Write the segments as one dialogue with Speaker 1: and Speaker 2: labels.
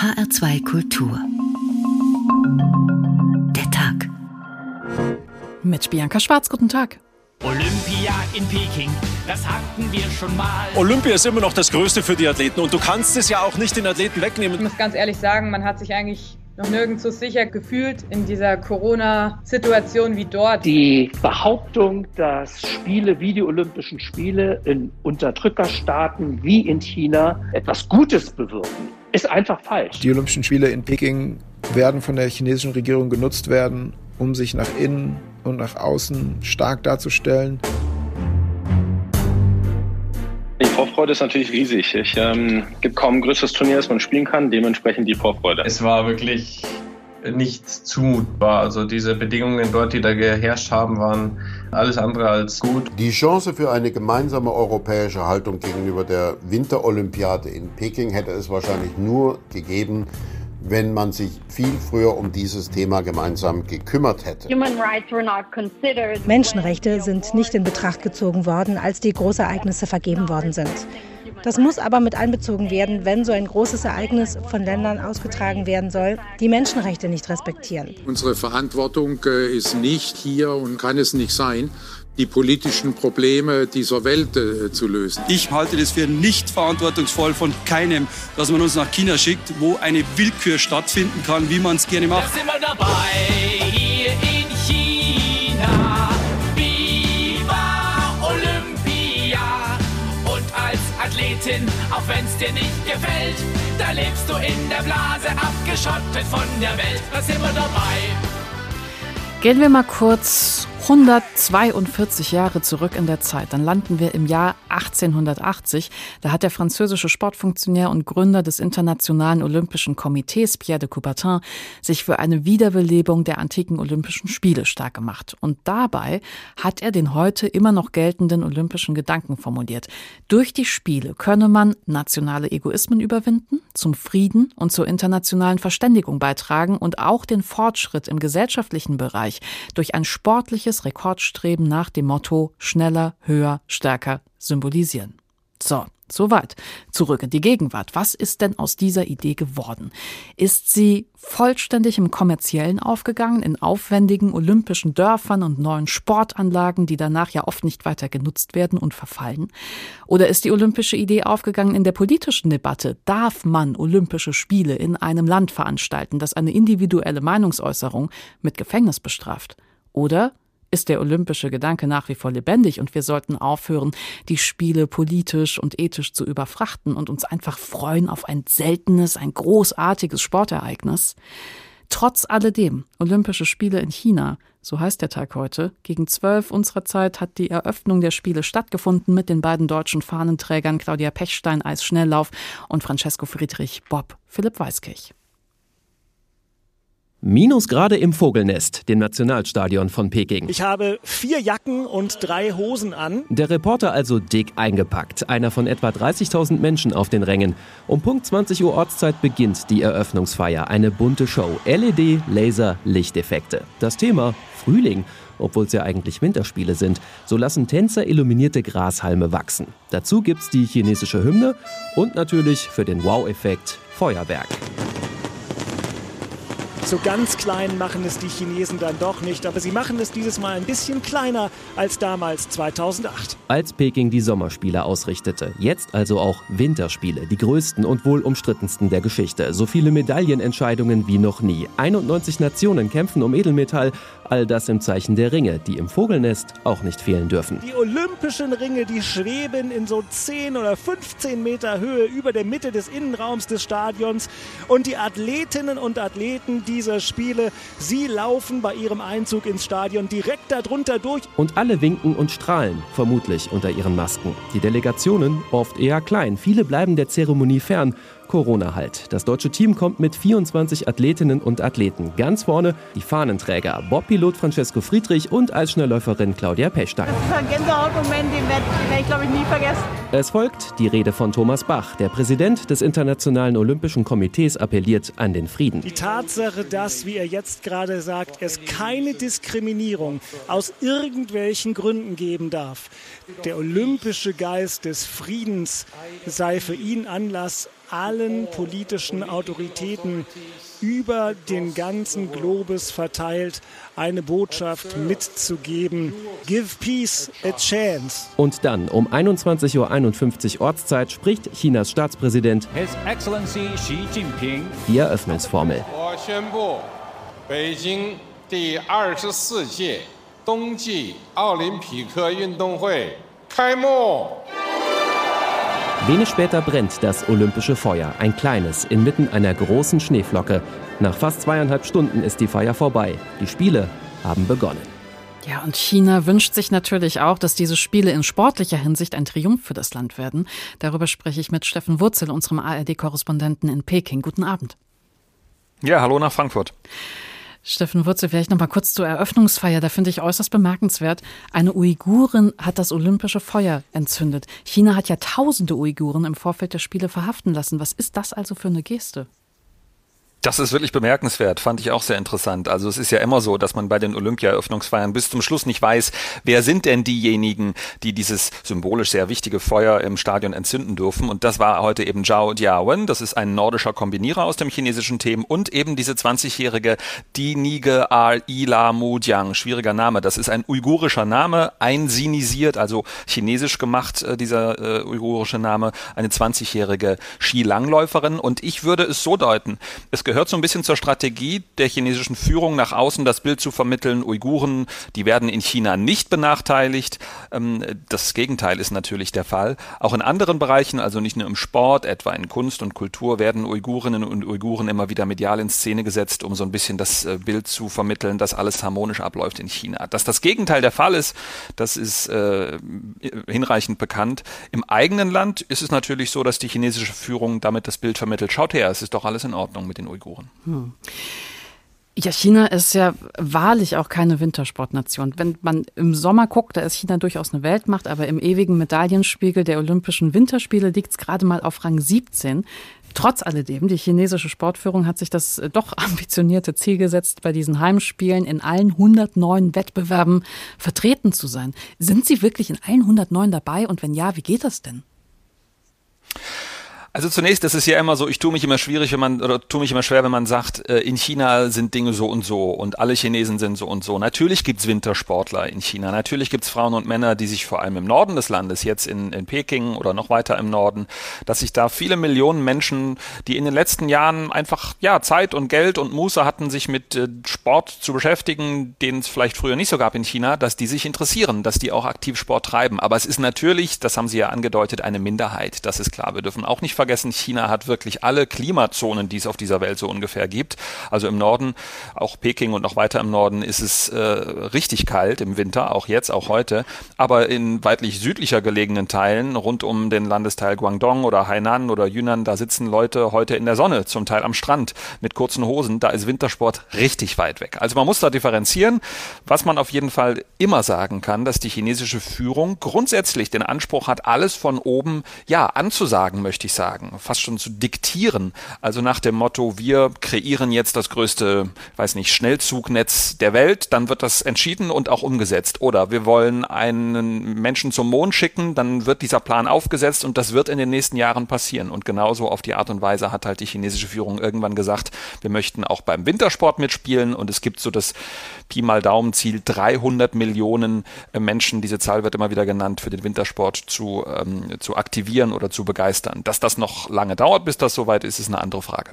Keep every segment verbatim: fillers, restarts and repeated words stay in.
Speaker 1: H R zwei Kultur. Der Tag.
Speaker 2: Mit Bianca Schwarz, guten Tag.
Speaker 3: Olympia in Peking, das hatten wir schon mal.
Speaker 4: Olympia ist immer noch das Größte für die Athleten und du kannst es ja auch nicht den Athleten wegnehmen.
Speaker 5: Ich muss ganz ehrlich sagen, man hat sich eigentlich noch nirgends so sicher gefühlt in dieser Corona-Situation wie dort.
Speaker 6: Die Behauptung, dass Spiele wie die Olympischen Spiele in Unterdrückerstaaten wie in China etwas Gutes bewirken, ist einfach falsch.
Speaker 7: Die Olympischen Spiele in Peking werden von der chinesischen Regierung genutzt werden, um sich nach innen und nach außen stark darzustellen.
Speaker 8: Die Vorfreude ist natürlich riesig. Es ähm, gibt kaum ein größeres Turnier, das man spielen kann, dementsprechend die Vorfreude.
Speaker 9: Es war wirklich nicht zumutbar. Also diese Bedingungen dort, die da geherrscht haben, waren alles andere als gut.
Speaker 10: Die Chance für eine gemeinsame europäische Haltung gegenüber der Winterolympiade in Peking hätte es wahrscheinlich nur gegeben, wenn man sich viel früher um dieses Thema gemeinsam gekümmert hätte.
Speaker 11: Menschenrechte sind nicht in Betracht gezogen worden, als die Großereignisse vergeben worden sind. Das muss aber mit einbezogen werden, wenn so ein großes Ereignis von Ländern ausgetragen werden soll, die Menschenrechte nicht respektieren.
Speaker 12: Unsere Verantwortung ist nicht hier und kann es nicht sein, die politischen Probleme dieser Welt äh, zu lösen.
Speaker 13: Ich halte das für nicht verantwortungsvoll von keinem, dass man uns nach China schickt, wo eine Willkür stattfinden kann, wie man es gerne macht.
Speaker 3: Da sind wir dabei, hier in China. Viva Olympia! Und als Athletin, auch wenn's dir nicht gefällt, da lebst du in der Blase, abgeschottet von der Welt. Da sind wir dabei.
Speaker 2: Gehen wir mal kurz hundertzweiundvierzig Jahre zurück in der Zeit. Dann landen wir im Jahr achtzehnhundertachtzig. Da hat der französische Sportfunktionär und Gründer des Internationalen Olympischen Komitees, Pierre de Coubertin, sich für eine Wiederbelebung der antiken Olympischen Spiele stark gemacht. Und dabei hat er den heute immer noch geltenden olympischen Gedanken formuliert. Durch die Spiele könne man nationale Egoismen überwinden, zum Frieden und zur internationalen Verständigung beitragen und auch den Fortschritt im gesellschaftlichen Bereich durch ein sportliches Rekordstreben nach dem Motto schneller, höher, stärker symbolisieren. So, soweit. Zurück in die Gegenwart. Was ist denn aus dieser Idee geworden? Ist sie vollständig im Kommerziellen aufgegangen, in aufwendigen olympischen Dörfern und neuen Sportanlagen, die danach ja oft nicht weiter genutzt werden und verfallen? Oder ist die olympische Idee aufgegangen in der politischen Debatte? Darf man Olympische Spiele in einem Land veranstalten, das eine individuelle Meinungsäußerung mit Gefängnis bestraft? Oder ist der olympische Gedanke nach wie vor lebendig und wir sollten aufhören, die Spiele politisch und ethisch zu überfrachten und uns einfach freuen auf ein seltenes, ein großartiges Sportereignis? Trotz alledem, Olympische Spiele in China, so heißt der Tag heute, gegen zwölf unserer Zeit hat die Eröffnung der Spiele stattgefunden mit den beiden deutschen Fahnenträgern Claudia Pechstein, Eisschnelllauf und Francesco Friedrich, Bob Philipp Weiskirch.
Speaker 14: Minusgrade im Vogelnest, dem Nationalstadion von Peking.
Speaker 15: Ich habe vier Jacken und drei Hosen an.
Speaker 14: Der Reporter also dick eingepackt, einer von etwa dreißigtausend Menschen auf den Rängen. Um Punkt zwanzig Uhr Ortszeit beginnt die Eröffnungsfeier, eine bunte Show. L E D, Laser, Lichteffekte. Das Thema Frühling, obwohl es ja eigentlich Winterspiele sind. So lassen Tänzer illuminierte Grashalme wachsen. Dazu gibt's die chinesische Hymne und natürlich für den Wow-Effekt Feuerwerk.
Speaker 15: So ganz klein machen es die Chinesen dann doch nicht, aber sie machen es dieses Mal ein bisschen kleiner als damals zweitausendacht.
Speaker 14: Als Peking die Sommerspiele ausrichtete. Jetzt also auch Winterspiele, die größten und wohl umstrittensten der Geschichte. So viele Medaillenentscheidungen wie noch nie. einundneunzig Nationen kämpfen um Edelmetall, all das im Zeichen der Ringe, die im Vogelnest auch nicht fehlen dürfen.
Speaker 15: Die olympischen Ringe, die schweben in so zehn oder fünfzehn Meter Höhe über der Mitte des Innenraums des Stadions und die Athletinnen und Athleten, die dieser Spiele. Sie laufen bei ihrem Einzug ins Stadion direkt darunter durch.
Speaker 14: Und alle winken und strahlen, vermutlich unter ihren Masken. Die Delegationen oft eher klein. Viele bleiben der Zeremonie fern. Corona halt. Das deutsche Team kommt mit vierundzwanzig Athletinnen und Athleten. Ganz vorne die Fahnenträger, Bobpilot Francesco Friedrich und Eisschnellläuferin Claudia Pechstein.
Speaker 16: Das ist ein Gänsehautmoment, den werde ich, glaube ich, nie vergessen.
Speaker 14: Es folgt die Rede von Thomas Bach. Der Präsident des Internationalen Olympischen Komitees appelliert an den Frieden.
Speaker 15: Die Tatsache, dass, wie er jetzt gerade sagt, es keine Diskriminierung aus irgendwelchen Gründen geben darf. Der olympische Geist des Friedens sei für ihn Anlass, allen politischen Autoritäten über den ganzen Globus verteilt, eine Botschaft mitzugeben. Give peace a chance.
Speaker 14: Und dann um einundzwanzig Uhr einundfünfzig Ortszeit spricht Chinas Staatspräsident
Speaker 17: His Excellency Xi Jinping
Speaker 14: die Eröffnungsformel. Wenig später brennt das olympische Feuer, ein kleines, inmitten einer großen Schneeflocke. Nach fast zweieinhalb Stunden ist die Feier vorbei. Die Spiele haben begonnen.
Speaker 2: Ja, und China wünscht sich natürlich auch, dass diese Spiele in sportlicher Hinsicht ein Triumph für das Land werden. Darüber spreche ich mit Steffen Wurzel, unserem A R D-Korrespondenten in Peking. Guten Abend.
Speaker 18: Ja, hallo nach Frankfurt.
Speaker 2: Steffen Wurzel, vielleicht noch mal kurz zur Eröffnungsfeier. Da finde ich äußerst bemerkenswert. Eine Uigurin hat das olympische Feuer entzündet. China hat ja tausende Uiguren im Vorfeld der Spiele verhaften lassen. Was ist das also für eine Geste?
Speaker 18: Das ist wirklich bemerkenswert, fand ich auch sehr interessant. Also es ist ja immer so, dass man bei den Olympia-Eröffnungsfeiern bis zum Schluss nicht weiß, wer sind denn diejenigen, die dieses symbolisch sehr wichtige Feuer im Stadion entzünden dürfen. Und das war heute eben Zhao Jiawen, das ist ein nordischer Kombinierer aus dem chinesischen Team und eben diese zwanzigjährige Dinige Ila Mujiang, schwieriger Name. Das ist ein uigurischer Name, einsinisiert, also chinesisch gemacht, dieser äh, uigurische Name, eine zwanzigjährige Skilangläuferin. Und ich würde es so deuten, es gehört gehört so ein bisschen zur Strategie der chinesischen Führung, nach außen das Bild zu vermitteln, Uiguren, die werden in China nicht benachteiligt. Das Gegenteil ist natürlich der Fall. Auch in anderen Bereichen, also nicht nur im Sport, etwa in Kunst und Kultur, werden Uigurinnen und Uiguren immer wieder medial in Szene gesetzt, um so ein bisschen das Bild zu vermitteln, dass alles harmonisch abläuft in China. Dass das Gegenteil der Fall ist, das ist äh, hinreichend bekannt. Im eigenen Land ist es natürlich so, dass die chinesische Führung damit das Bild vermittelt, schaut her, es ist doch alles in Ordnung mit den Uiguren. Hm.
Speaker 2: Ja, China ist ja wahrlich auch keine Wintersportnation. Wenn man im Sommer guckt, da ist China durchaus eine Weltmacht, aber im ewigen Medaillenspiegel der Olympischen Winterspiele liegt es gerade mal auf Rang siebzehn. Trotz alledem, die chinesische Sportführung hat sich das doch ambitionierte Ziel gesetzt, bei diesen Heimspielen in allen hundertneun Wettbewerben vertreten zu sein. Sind Sie wirklich in allen hundertneun dabei? Und wenn ja, wie geht das denn?
Speaker 18: Also zunächst ist es ja immer so, ich tue mich immer schwierig, wenn man, oder tue mich immer schwer, wenn man sagt, in China sind Dinge so und so und alle Chinesen sind so und so. Natürlich gibt's Wintersportler in China, natürlich gibt's Frauen und Männer, die sich vor allem im Norden des Landes, jetzt in, in Peking oder noch weiter im Norden, dass sich da viele Millionen Menschen, die in den letzten Jahren einfach ja Zeit und Geld und Muße hatten, sich mit äh, Sport zu beschäftigen, den es vielleicht früher nicht so gab in China, dass die sich interessieren, dass die auch aktiv Sport treiben. Aber es ist natürlich, das haben Sie ja angedeutet, eine Minderheit. Das ist klar. Wir dürfen auch nicht vergessen, vergessen, China hat wirklich alle Klimazonen, die es auf dieser Welt so ungefähr gibt. Also im Norden, auch Peking und noch weiter im Norden, ist es äh, richtig kalt im Winter, auch jetzt, auch heute. Aber in weitlich südlicher gelegenen Teilen, rund um den Landesteil Guangdong oder Hainan oder Yunnan, da sitzen Leute heute in der Sonne, zum Teil am Strand mit kurzen Hosen. Da ist Wintersport richtig weit weg. Also man muss da differenzieren. Was man auf jeden Fall immer sagen kann, dass die chinesische Führung grundsätzlich den Anspruch hat, alles von oben, ja, anzusagen, möchte ich sagen. Fast schon zu diktieren. Also nach dem Motto, wir kreieren jetzt das größte, weiß nicht, Schnellzugnetz der Welt, dann wird das entschieden und auch umgesetzt. Oder wir wollen einen Menschen zum Mond schicken, dann wird dieser Plan aufgesetzt und das wird in den nächsten Jahren passieren. Und genauso auf die Art und Weise hat halt die chinesische Führung irgendwann gesagt, wir möchten auch beim Wintersport mitspielen und es gibt so das Pi mal Daumen-Ziel, dreihundert Millionen Menschen, diese Zahl wird immer wieder genannt, für den Wintersport zu, ähm, zu aktivieren oder zu begeistern. Dass das noch lange dauert, bis das soweit ist, ist eine andere Frage.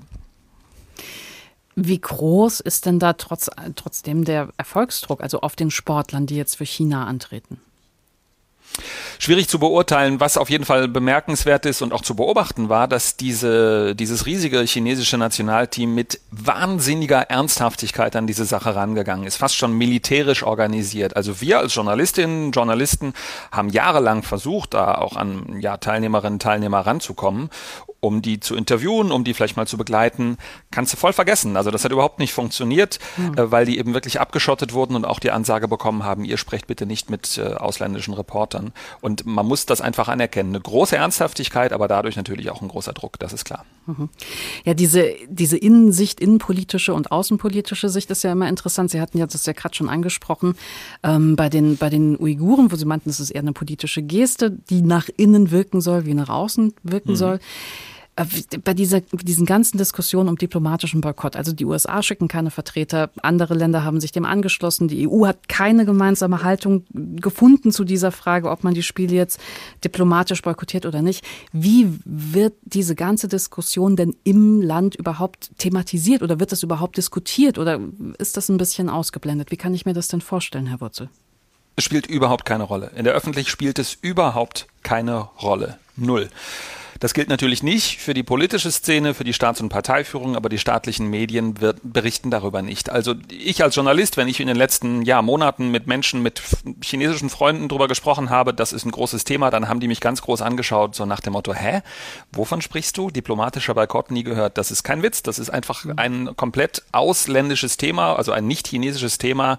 Speaker 2: Wie groß ist denn da trotz, trotzdem der Erfolgsdruck, also auf den Sportlern, die jetzt für China antreten?
Speaker 18: Schwierig zu beurteilen. Was auf jeden Fall bemerkenswert ist und auch zu beobachten war, dass diese, dieses riesige chinesische Nationalteam mit wahnsinniger Ernsthaftigkeit an diese Sache rangegangen ist, fast schon militärisch organisiert. Also wir als Journalistinnen und Journalisten haben jahrelang versucht, da auch an ja, Teilnehmerinnen und Teilnehmer ranzukommen, um die zu interviewen, um die vielleicht mal zu begleiten, kannst du voll vergessen. Also das hat überhaupt nicht funktioniert, mhm. äh, weil die eben wirklich abgeschottet wurden und auch die Ansage bekommen haben, ihr sprecht bitte nicht mit äh, ausländischen Reportern. Und man muss das einfach anerkennen. Eine große Ernsthaftigkeit, aber dadurch natürlich auch ein großer Druck, das ist klar.
Speaker 2: Mhm. Ja, diese, diese Innensicht, innenpolitische und außenpolitische Sicht ist ja immer interessant. Sie hatten ja das ja gerade schon angesprochen, ähm, bei den, bei den Uiguren, wo Sie meinten, das ist eher eine politische Geste, die nach innen wirken soll, wie nach außen wirken mhm. soll. Bei dieser, diesen ganzen Diskussionen um diplomatischen Boykott, also die U S A schicken keine Vertreter, andere Länder haben sich dem angeschlossen, die E U hat keine gemeinsame Haltung gefunden zu dieser Frage, ob man die Spiele jetzt diplomatisch boykottiert oder nicht. Wie wird diese ganze Diskussion denn im Land überhaupt thematisiert oder wird das überhaupt diskutiert oder ist das ein bisschen ausgeblendet? Wie kann ich mir das denn vorstellen, Herr Wurzel?
Speaker 18: Es spielt überhaupt keine Rolle. In der Öffentlichkeit spielt es überhaupt keine Rolle. Null. Das gilt natürlich nicht für die politische Szene, für die Staats- und Parteiführung, aber die staatlichen Medien wird, berichten darüber nicht. Also ich als Journalist, wenn ich in den letzten ja, Monaten mit Menschen, mit chinesischen Freunden drüber gesprochen habe, das ist ein großes Thema, dann haben die mich ganz groß angeschaut, so nach dem Motto, hä, wovon sprichst du? Diplomatischer Boykott, nie gehört. Das ist kein Witz, das ist einfach ein komplett ausländisches Thema, also ein nicht chinesisches Thema.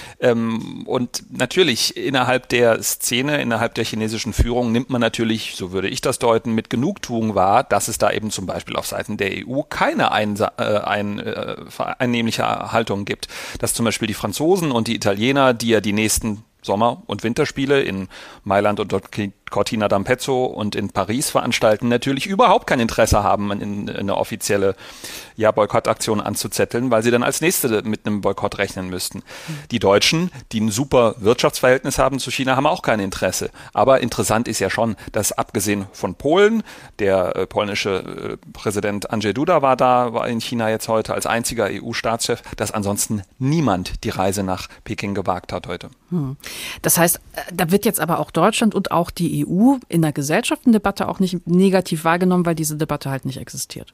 Speaker 18: Und natürlich innerhalb der Szene, innerhalb der chinesischen Führung nimmt man natürlich, so würde ich das deuten, mit genug Genugtuung war, dass es da eben zum Beispiel auf Seiten der E U keine einsa- äh, ein, äh, einnehmliche Haltung gibt. Dass zum Beispiel die Franzosen und die Italiener, die ja die nächsten Sommer- und Winterspiele in Mailand und Cortina d'Ampezzo und in Paris veranstalten, natürlich überhaupt kein Interesse haben, in, in eine offizielle ja, Boykottaktion anzuzetteln, weil sie dann als Nächste mit einem Boykott rechnen müssten. Die Deutschen, die ein super Wirtschaftsverhältnis haben zu China, haben auch kein Interesse. Aber interessant ist ja schon, dass abgesehen von Polen, der äh, polnische äh, Präsident Andrzej Duda war da, war in China jetzt heute als einziger E U-Staatschef, dass ansonsten niemand die Reise nach Peking gewagt hat heute.
Speaker 2: Hm. Das heißt, da wird jetzt aber auch Deutschland und auch die E U in der Gesellschaftsdebatte auch nicht negativ wahrgenommen, weil diese Debatte halt nicht existiert.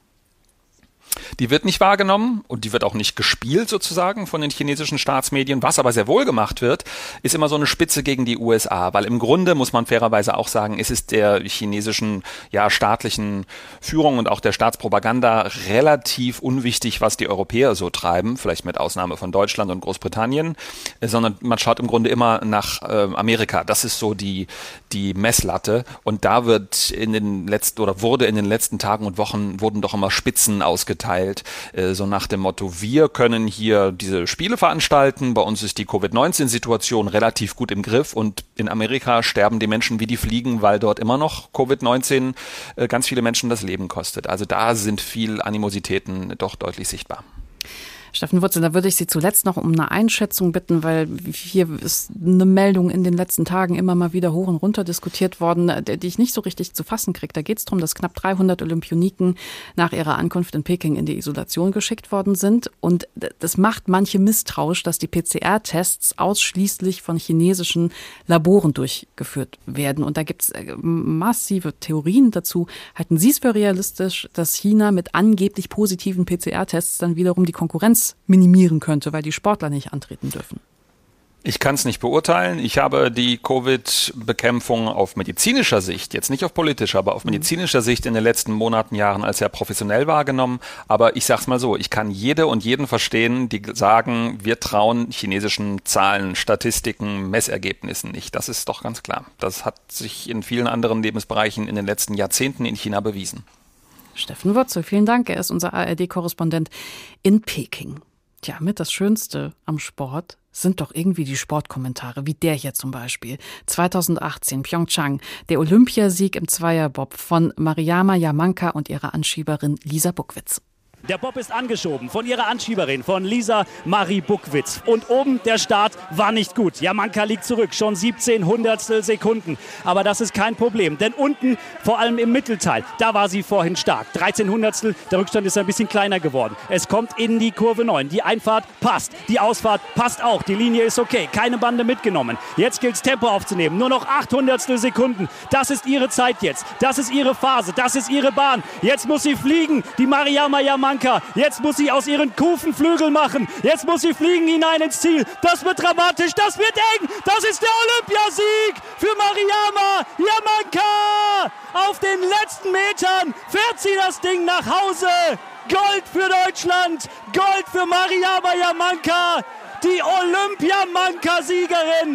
Speaker 18: Die wird nicht wahrgenommen und die wird auch nicht gespielt sozusagen von den chinesischen Staatsmedien. Was aber sehr wohl gemacht wird, ist immer so eine Spitze gegen die U S A, weil im Grunde muss man fairerweise auch sagen, ist es der chinesischen ja, staatlichen Führung und auch der Staatspropaganda relativ unwichtig, was die Europäer so treiben, vielleicht mit Ausnahme von Deutschland und Großbritannien, sondern man schaut im Grunde immer nach äh, Amerika. Das ist so die, die Messlatte und da wird in den letzten oder wurde in den letzten Tagen und Wochen wurden doch immer Spitzen ausgeteilt. Teilt, so nach dem Motto, wir können hier diese Spiele veranstalten, bei uns ist die Covid neunzehn Situation relativ gut im Griff und in Amerika sterben die Menschen wie die Fliegen, weil dort immer noch Covid neunzehn ganz viele Menschen das Leben kostet. Also da sind viel Animositäten doch deutlich sichtbar.
Speaker 2: Steffen Wurzel, da würde ich Sie zuletzt noch um eine Einschätzung bitten, weil hier ist eine Meldung in den letzten Tagen immer mal wieder hoch und runter diskutiert worden, die ich nicht so richtig zu fassen kriege. Da geht es darum, dass knapp dreihundert Olympioniken nach ihrer Ankunft in Peking in die Isolation geschickt worden sind. Und das macht manche misstrauisch, dass die P C R-Tests ausschließlich von chinesischen Laboren durchgeführt werden. Und da gibt es massive Theorien dazu. Halten Sie es für realistisch, dass China mit angeblich positiven P C R-Tests dann wiederum die Konkurrenz minimieren könnte, weil die Sportler nicht antreten dürfen?
Speaker 18: Ich kann es nicht beurteilen. Ich habe die Covid-Bekämpfung auf medizinischer Sicht, jetzt nicht auf politischer, aber auf medizinischer Sicht in den letzten Monaten, Jahren als sehr professionell wahrgenommen. Aber ich sag's mal so, ich kann jede und jeden verstehen, die sagen, wir trauen chinesischen Zahlen, Statistiken, Messergebnissen nicht. Das ist doch ganz klar. Das hat sich in vielen anderen Lebensbereichen in den letzten Jahrzehnten in China bewiesen.
Speaker 2: Steffen Wurzel, vielen Dank. Er ist unser A R D-Korrespondent in Peking. Tja, mit das Schönste am Sport sind doch irgendwie die Sportkommentare, wie der hier zum Beispiel. zweitausendachtzehn, Pyeongchang, der Olympiasieg im Zweierbob von Mariama Yamanka und ihrer Anschieberin Lisa Buckwitz.
Speaker 19: Der Bob ist angeschoben von ihrer Anschieberin, von Lisa Marie Buckwitz. Und oben der Start war nicht gut. Yamanka liegt zurück, schon siebzehn Hundertstel Sekunden. Aber das ist kein Problem, denn unten, vor allem im Mittelteil, da war sie vorhin stark. dreizehn Hundertstel, der Rückstand ist ein bisschen kleiner geworden. Es kommt in die Kurve neun. Die Einfahrt passt, die Ausfahrt passt auch. Die Linie ist okay, keine Bande mitgenommen. Jetzt gilt es, Tempo aufzunehmen. Nur noch acht Hundertstel Sekunden. Das ist ihre Zeit jetzt. Das ist ihre Phase, das ist ihre Bahn. Jetzt muss sie fliegen, die Mariama Yamanka. Jetzt muss sie aus ihren Kufen Flügel machen. Jetzt muss sie fliegen hinein ins Ziel. Das wird dramatisch, das wird eng. Das ist der Olympiasieg für Mariama Yamanka. Auf den letzten Metern fährt sie das Ding nach Hause. Gold für Deutschland, Gold für Mariama Yamanka, die Olympia-Manka-Siegerin.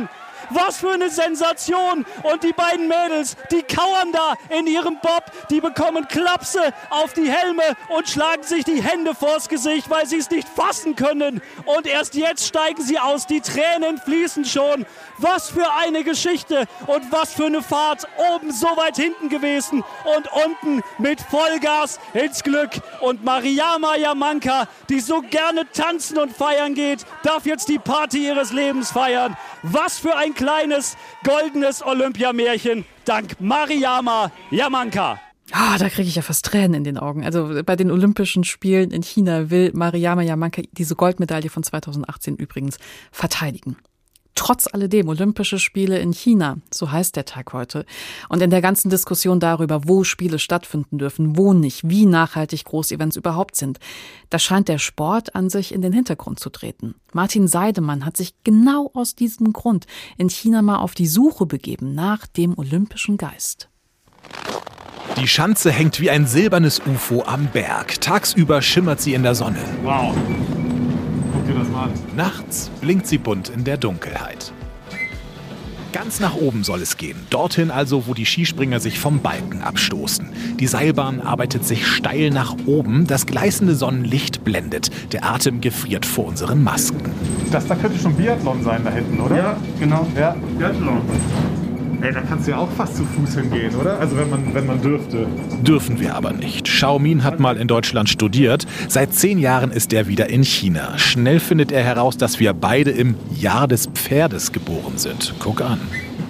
Speaker 19: Was für eine Sensation. Und die beiden Mädels, die kauern da in ihrem Bob. Die bekommen Klapse auf die Helme und schlagen sich die Hände vors Gesicht, weil sie es nicht fassen können. Und erst jetzt steigen sie aus. Die Tränen fließen schon. Was für eine Geschichte und was für eine Fahrt. Oben so weit hinten gewesen und unten mit Vollgas ins Glück. Und Mariama Yamanka, die so gerne tanzen und feiern geht, darf jetzt die Party ihres Lebens feiern. Was für ein kleines, goldenes Olympiamärchen dank Mariama Yamanka.
Speaker 2: Ah, da kriege ich ja fast Tränen in den Augen. Also bei den Olympischen Spielen in China will Mariama Yamanka diese Goldmedaille von zweitausendachtzehn übrigens verteidigen. Trotz alledem Olympische Spiele in China, so heißt der Tag heute. Und in der ganzen Diskussion darüber, wo Spiele stattfinden dürfen, wo nicht, wie nachhaltig Großevents überhaupt sind, da scheint der Sport an sich in den Hintergrund zu treten. Martin Seidemann hat sich genau aus diesem Grund in China mal auf die Suche begeben nach dem olympischen Geist.
Speaker 20: Die Schanze hängt wie ein silbernes U F O am Berg. Tagsüber schimmert sie in der Sonne.
Speaker 21: Wow. Guck dir das mal an.
Speaker 20: Nachts blinkt sie bunt in der Dunkelheit. Ganz nach oben soll es gehen. Dorthin also, wo die Skispringer sich vom Balken abstoßen. Die Seilbahn arbeitet sich steil nach oben. Das gleißende Sonnenlicht blendet. Der Atem gefriert vor unseren Masken.
Speaker 21: Das da könnte schon Biathlon sein da hinten, oder? Ja, genau. Ja. Biathlon. Ey, da kannst du ja auch fast zu Fuß hingehen, oder? Also wenn man, wenn man dürfte.
Speaker 20: Dürfen wir aber nicht. Xiaomin hat mal in Deutschland studiert. Seit zehn Jahren ist er wieder in China. Schnell findet er heraus, dass wir beide im Jahr des Pferdes geboren sind. Guck an.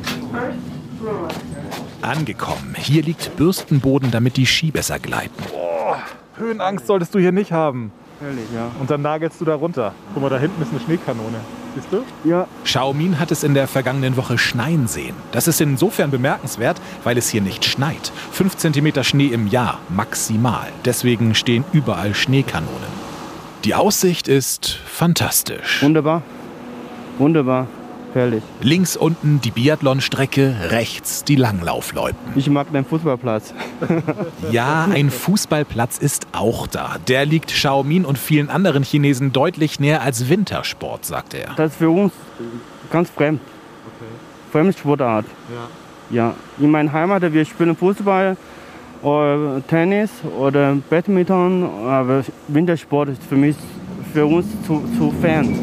Speaker 20: Angekommen. Hier liegt Bürstenboden, damit die Ski besser gleiten.
Speaker 21: Oh, Höhenangst solltest du hier nicht haben.
Speaker 22: Ehrlich, ja.
Speaker 21: Und dann nagelst du da runter. Guck mal, da hinten ist eine Schneekanone. Siehst du?
Speaker 22: Ja.
Speaker 20: Xiaomin hat es in der vergangenen Woche schneien sehen. Das ist insofern bemerkenswert, weil es hier nicht schneit. Fünf Zentimeter Schnee im Jahr, maximal. Deswegen stehen überall Schneekanonen. Die Aussicht ist fantastisch.
Speaker 22: Wunderbar. Wunderbar. Herrlich.
Speaker 20: Links unten die Biathlonstrecke, rechts die Langlaufloipen.
Speaker 22: Ich mag den Fußballplatz.
Speaker 20: Ja, ein Fußballplatz ist auch da. Der liegt Xiaomin und vielen anderen Chinesen deutlich näher als Wintersport, sagt er.
Speaker 22: Das ist für uns ganz fremd.
Speaker 21: Okay.
Speaker 22: Fremdsportart.
Speaker 21: Ja.
Speaker 22: Ja. In meiner Heimat, wir spielen Fußball, oder Tennis oder Badminton, aber Wintersport ist für mich, für uns zu, zu fern.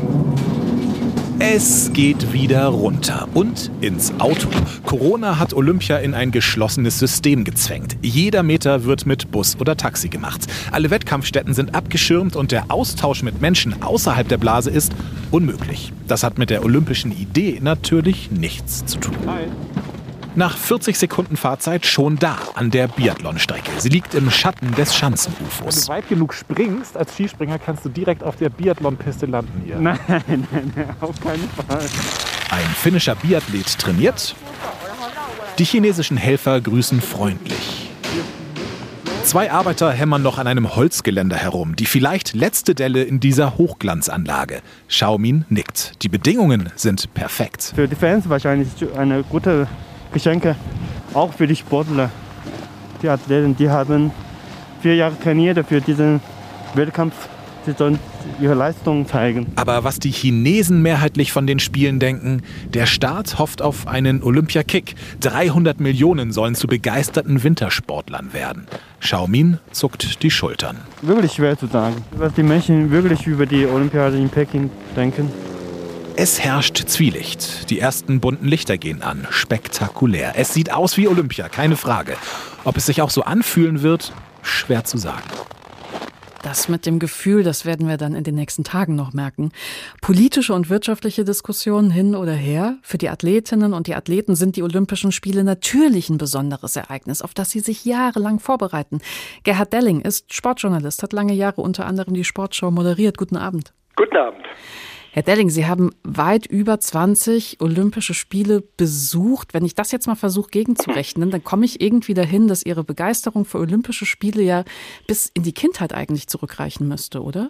Speaker 20: Es geht wieder runter und ins Auto. Corona hat Olympia in ein geschlossenes System gezwängt. Jeder Meter wird mit Bus oder Taxi gemacht. Alle Wettkampfstätten sind abgeschirmt und der Austausch mit Menschen außerhalb der Blase ist unmöglich. Das hat mit der olympischen Idee natürlich nichts zu tun.
Speaker 21: Hi.
Speaker 20: Nach vierzig Sekunden Fahrzeit schon da, an der Biathlonstrecke. Sie liegt im Schatten des Schanzen-U F Os.
Speaker 21: Wenn du weit genug springst, als Skispringer kannst du direkt auf der Biathlonpiste landen hier.
Speaker 22: Nein, nein, nein, auf keinen Fall.
Speaker 20: Ein finnischer Biathlet trainiert. Die chinesischen Helfer grüßen freundlich. Zwei Arbeiter hämmern noch an einem Holzgeländer herum. Die vielleicht letzte Delle in dieser Hochglanzanlage. Xiaomin nickt. Die Bedingungen sind perfekt.
Speaker 22: Für die Fans wahrscheinlich eine gute Geschenke, auch für die Sportler. Die Athleten, die haben vier Jahre trainiert für diesen Wettkampf. Sie sollen ihre Leistung zeigen.
Speaker 20: Aber was die Chinesen mehrheitlich von den Spielen denken, der Staat hofft auf einen Olympia-Kick. dreihundert Millionen sollen zu begeisterten Wintersportlern werden. Xiaomin zuckt die Schultern.
Speaker 22: Wirklich schwer zu sagen, was die Menschen wirklich über die Olympiade in Peking denken.
Speaker 20: Es herrscht Zwielicht. Die ersten bunten Lichter gehen an. Spektakulär. Es sieht aus wie Olympia, keine Frage. Ob es sich auch so anfühlen wird, schwer zu sagen.
Speaker 2: Das mit dem Gefühl, das werden wir dann in den nächsten Tagen noch merken. Politische und wirtschaftliche Diskussionen hin oder her. Für die Athletinnen und die Athleten sind die Olympischen Spiele natürlich ein besonderes Ereignis, auf das sie sich jahrelang vorbereiten. Gerhard Delling ist Sportjournalist, hat lange Jahre unter anderem die Sportschau moderiert. Guten Abend.
Speaker 23: Guten Abend.
Speaker 2: Herr Delling, Sie haben weit über zwanzig Olympische Spiele besucht. Wenn ich das jetzt mal versuche gegenzurechnen, dann komme ich irgendwie dahin, dass Ihre Begeisterung für Olympische Spiele ja bis in die Kindheit eigentlich zurückreichen müsste, oder?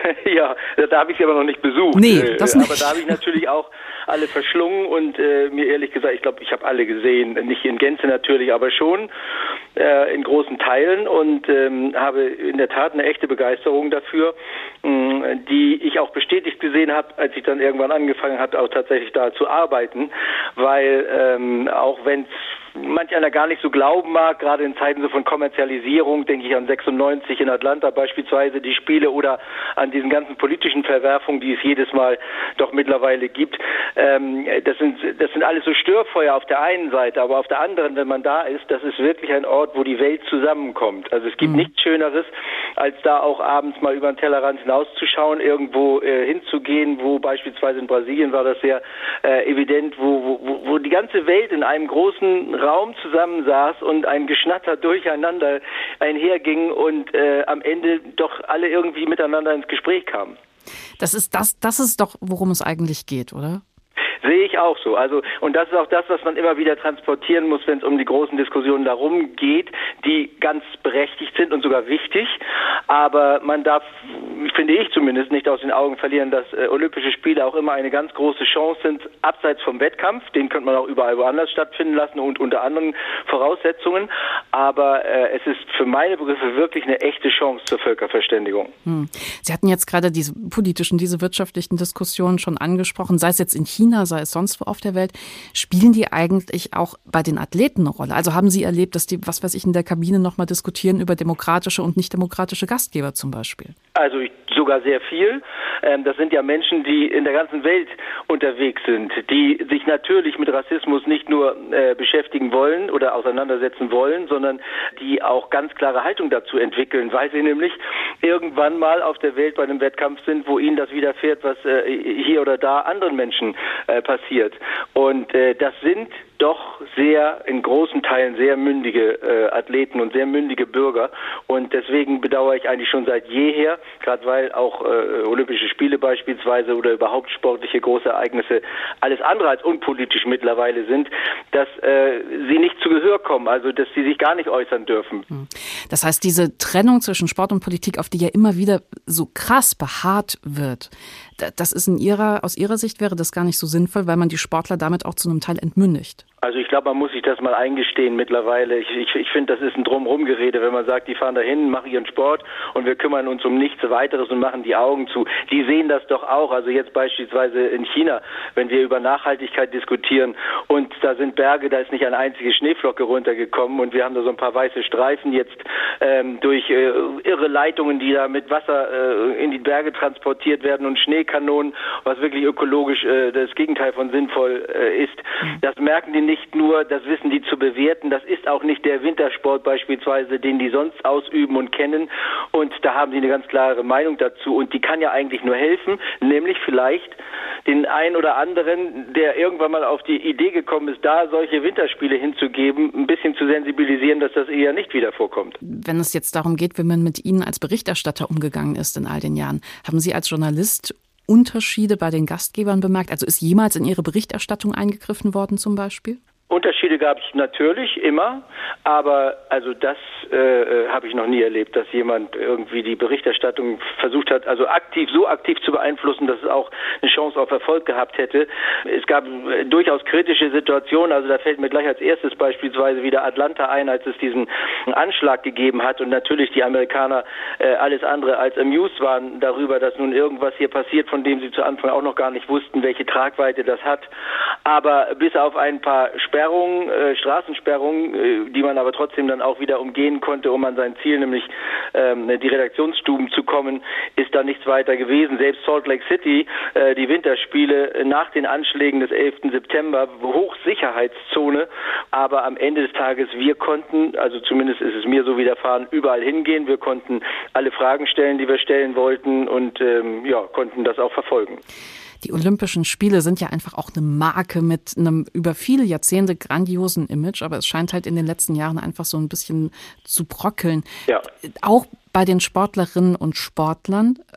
Speaker 1: Ja, da habe ich sie aber noch nicht besucht.
Speaker 2: Nee, das nicht.
Speaker 1: Aber da habe ich natürlich auch alle verschlungen und äh, mir ehrlich gesagt, ich glaube, ich habe alle gesehen. Nicht in Gänze natürlich, aber schon äh, in großen Teilen und ähm, habe in der Tat eine echte Begeisterung dafür, mh, die ich auch bestätigt gesehen habe, als ich dann irgendwann angefangen habe, auch tatsächlich da zu arbeiten, weil ähm, auch wenn es manch einer gar nicht so glauben mag, gerade in Zeiten so von Kommerzialisierung, denke ich an sechsundneunzig in Atlanta beispielsweise, die Spiele oder an diesen ganzen politischen Verwerfungen, die es jedes Mal doch mittlerweile gibt. Ähm, das sind, das sind alles so Störfeuer auf der einen Seite, aber auf der anderen, wenn man da ist, das ist wirklich ein Ort, wo die Welt zusammenkommt. Also es gibt mhm. nichts Schöneres, als da auch abends mal über den Tellerrand hinauszuschauen, irgendwo äh, hinzugehen, wo beispielsweise in Brasilien war das sehr äh, evident, wo, wo, wo die ganze Welt in einem großen Raum zusammensaß und ein Geschnatter durcheinander einherging und äh, am Ende doch alle irgendwie miteinander ins Gespräch kamen.
Speaker 2: Das ist das, das ist doch, worum es eigentlich geht, oder?
Speaker 1: Sehe ich auch so. Also, und das ist auch das, was man immer wieder transportieren muss, wenn es um die großen Diskussionen darum geht, die ganz berechtigt sind und sogar wichtig. Aber man darf, finde ich zumindest, nicht aus den Augen verlieren, dass äh, Olympische Spiele auch immer eine ganz große Chance sind, abseits vom Wettkampf. Den könnte man auch überall woanders stattfinden lassen und unter anderen Voraussetzungen. Aber äh, es ist für meine Begriffe wirklich eine echte Chance zur Völkerverständigung.
Speaker 2: Hm. Sie hatten jetzt gerade diese politischen, diese wirtschaftlichen Diskussionen schon angesprochen, sei es jetzt in China, sei es sonst wo auf der Welt. Spielen die eigentlich auch bei den Athleten eine Rolle? Also haben Sie erlebt, dass die, was weiß ich, in der Kabine nochmal diskutieren über demokratische und nicht demokratische Gastgeber zum Beispiel?
Speaker 1: Also ich, sogar sehr viel. Ähm, das sind ja Menschen, die in der ganzen Welt unterwegs sind, die sich natürlich mit Rassismus nicht nur äh, beschäftigen wollen oder auseinandersetzen wollen, sondern die auch ganz klare Haltung dazu entwickeln, weil sie nämlich irgendwann mal auf der Welt bei einem Wettkampf sind, wo ihnen das widerfährt, was äh, hier oder da anderen Menschen äh, passiert. Und äh, das sind doch sehr, in großen Teilen sehr mündige äh, Athleten und sehr mündige Bürger. Und deswegen bedauere ich eigentlich schon seit jeher, gerade weil auch äh, Olympische Spiele beispielsweise oder überhaupt sportliche große Ereignisse alles andere als unpolitisch mittlerweile sind, dass äh, sie nicht zu Gehör kommen, also dass sie sich gar nicht äußern dürfen.
Speaker 2: Das heißt, diese Trennung zwischen Sport und Politik, auf die ja immer wieder so krass beharrt wird, das ist in Ihrer, aus Ihrer Sicht wäre das gar nicht so sinnvoll, weil man die Sportler damit auch zu einem Teil entmündigt.
Speaker 1: Also ich glaube, man muss sich das mal eingestehen mittlerweile. Ich, ich, ich finde, das ist ein Drumherum-Gerede, wenn man sagt, die fahren dahin, machen ihren Sport und wir kümmern uns um nichts weiteres und machen die Augen zu. Die sehen das doch auch. Also jetzt beispielsweise in China, wenn wir über Nachhaltigkeit diskutieren und da sind Berge, da ist nicht eine einzige Schneeflocke runtergekommen und wir haben da so ein paar weiße Streifen jetzt ähm, durch äh, irre Leitungen, die da mit Wasser äh, in die Berge transportiert werden und Schneekanonen, was wirklich ökologisch äh, das Gegenteil von sinnvoll äh, ist. Das merken die nicht nur, das wissen die zu bewerten. Das ist auch nicht der Wintersport beispielsweise, den die sonst ausüben und kennen. Und da haben sie eine ganz klare Meinung dazu. Und die kann ja eigentlich nur helfen, nämlich vielleicht den einen oder anderen, der irgendwann mal auf die Idee gekommen ist, da solche Winterspiele hinzugeben, ein bisschen zu sensibilisieren, dass das eher nicht wieder vorkommt.
Speaker 2: Wenn es jetzt darum geht, wie man mit Ihnen als Berichterstatter umgegangen ist in all den Jahren, haben Sie als Journalist Unterschiede bei den Gastgebern bemerkt? Also ist jemals in Ihre Berichterstattung eingegriffen worden zum Beispiel?
Speaker 1: Unterschiede gab es natürlich immer, aber also das äh, habe ich noch nie erlebt, dass jemand irgendwie die Berichterstattung versucht hat, also aktiv, so aktiv zu beeinflussen, dass es auch eine Chance auf Erfolg gehabt hätte. Es gab äh, durchaus kritische Situationen, also da fällt mir gleich als erstes beispielsweise wieder Atlanta ein, als es diesen Anschlag gegeben hat und natürlich die Amerikaner äh, alles andere als amused waren darüber, dass nun irgendwas hier passiert, von dem sie zu Anfang auch noch gar nicht wussten, welche Tragweite das hat. Aber bis auf ein paar Sperrungen, äh, Straßensperrungen, äh, die man aber trotzdem dann auch wieder umgehen konnte, um an sein Ziel, nämlich ähm, die Redaktionsstuben zu kommen, ist da nichts weiter gewesen. Selbst Salt Lake City, äh, die Winterspiele äh, nach den Anschlägen des elften September, Hochsicherheitszone, aber am Ende des Tages, wir konnten, also zumindest ist es mir so widerfahren, überall hingehen. Wir konnten alle Fragen stellen, die wir stellen wollten und ähm, ja, konnten das auch verfolgen.
Speaker 2: Die Olympischen Spiele sind ja einfach auch eine Marke mit einem über viele Jahrzehnte grandiosen Image, aber es scheint halt in den letzten Jahren einfach so ein bisschen zu bröckeln.
Speaker 1: Ja.
Speaker 2: Auch bei den Sportlerinnen und Sportlern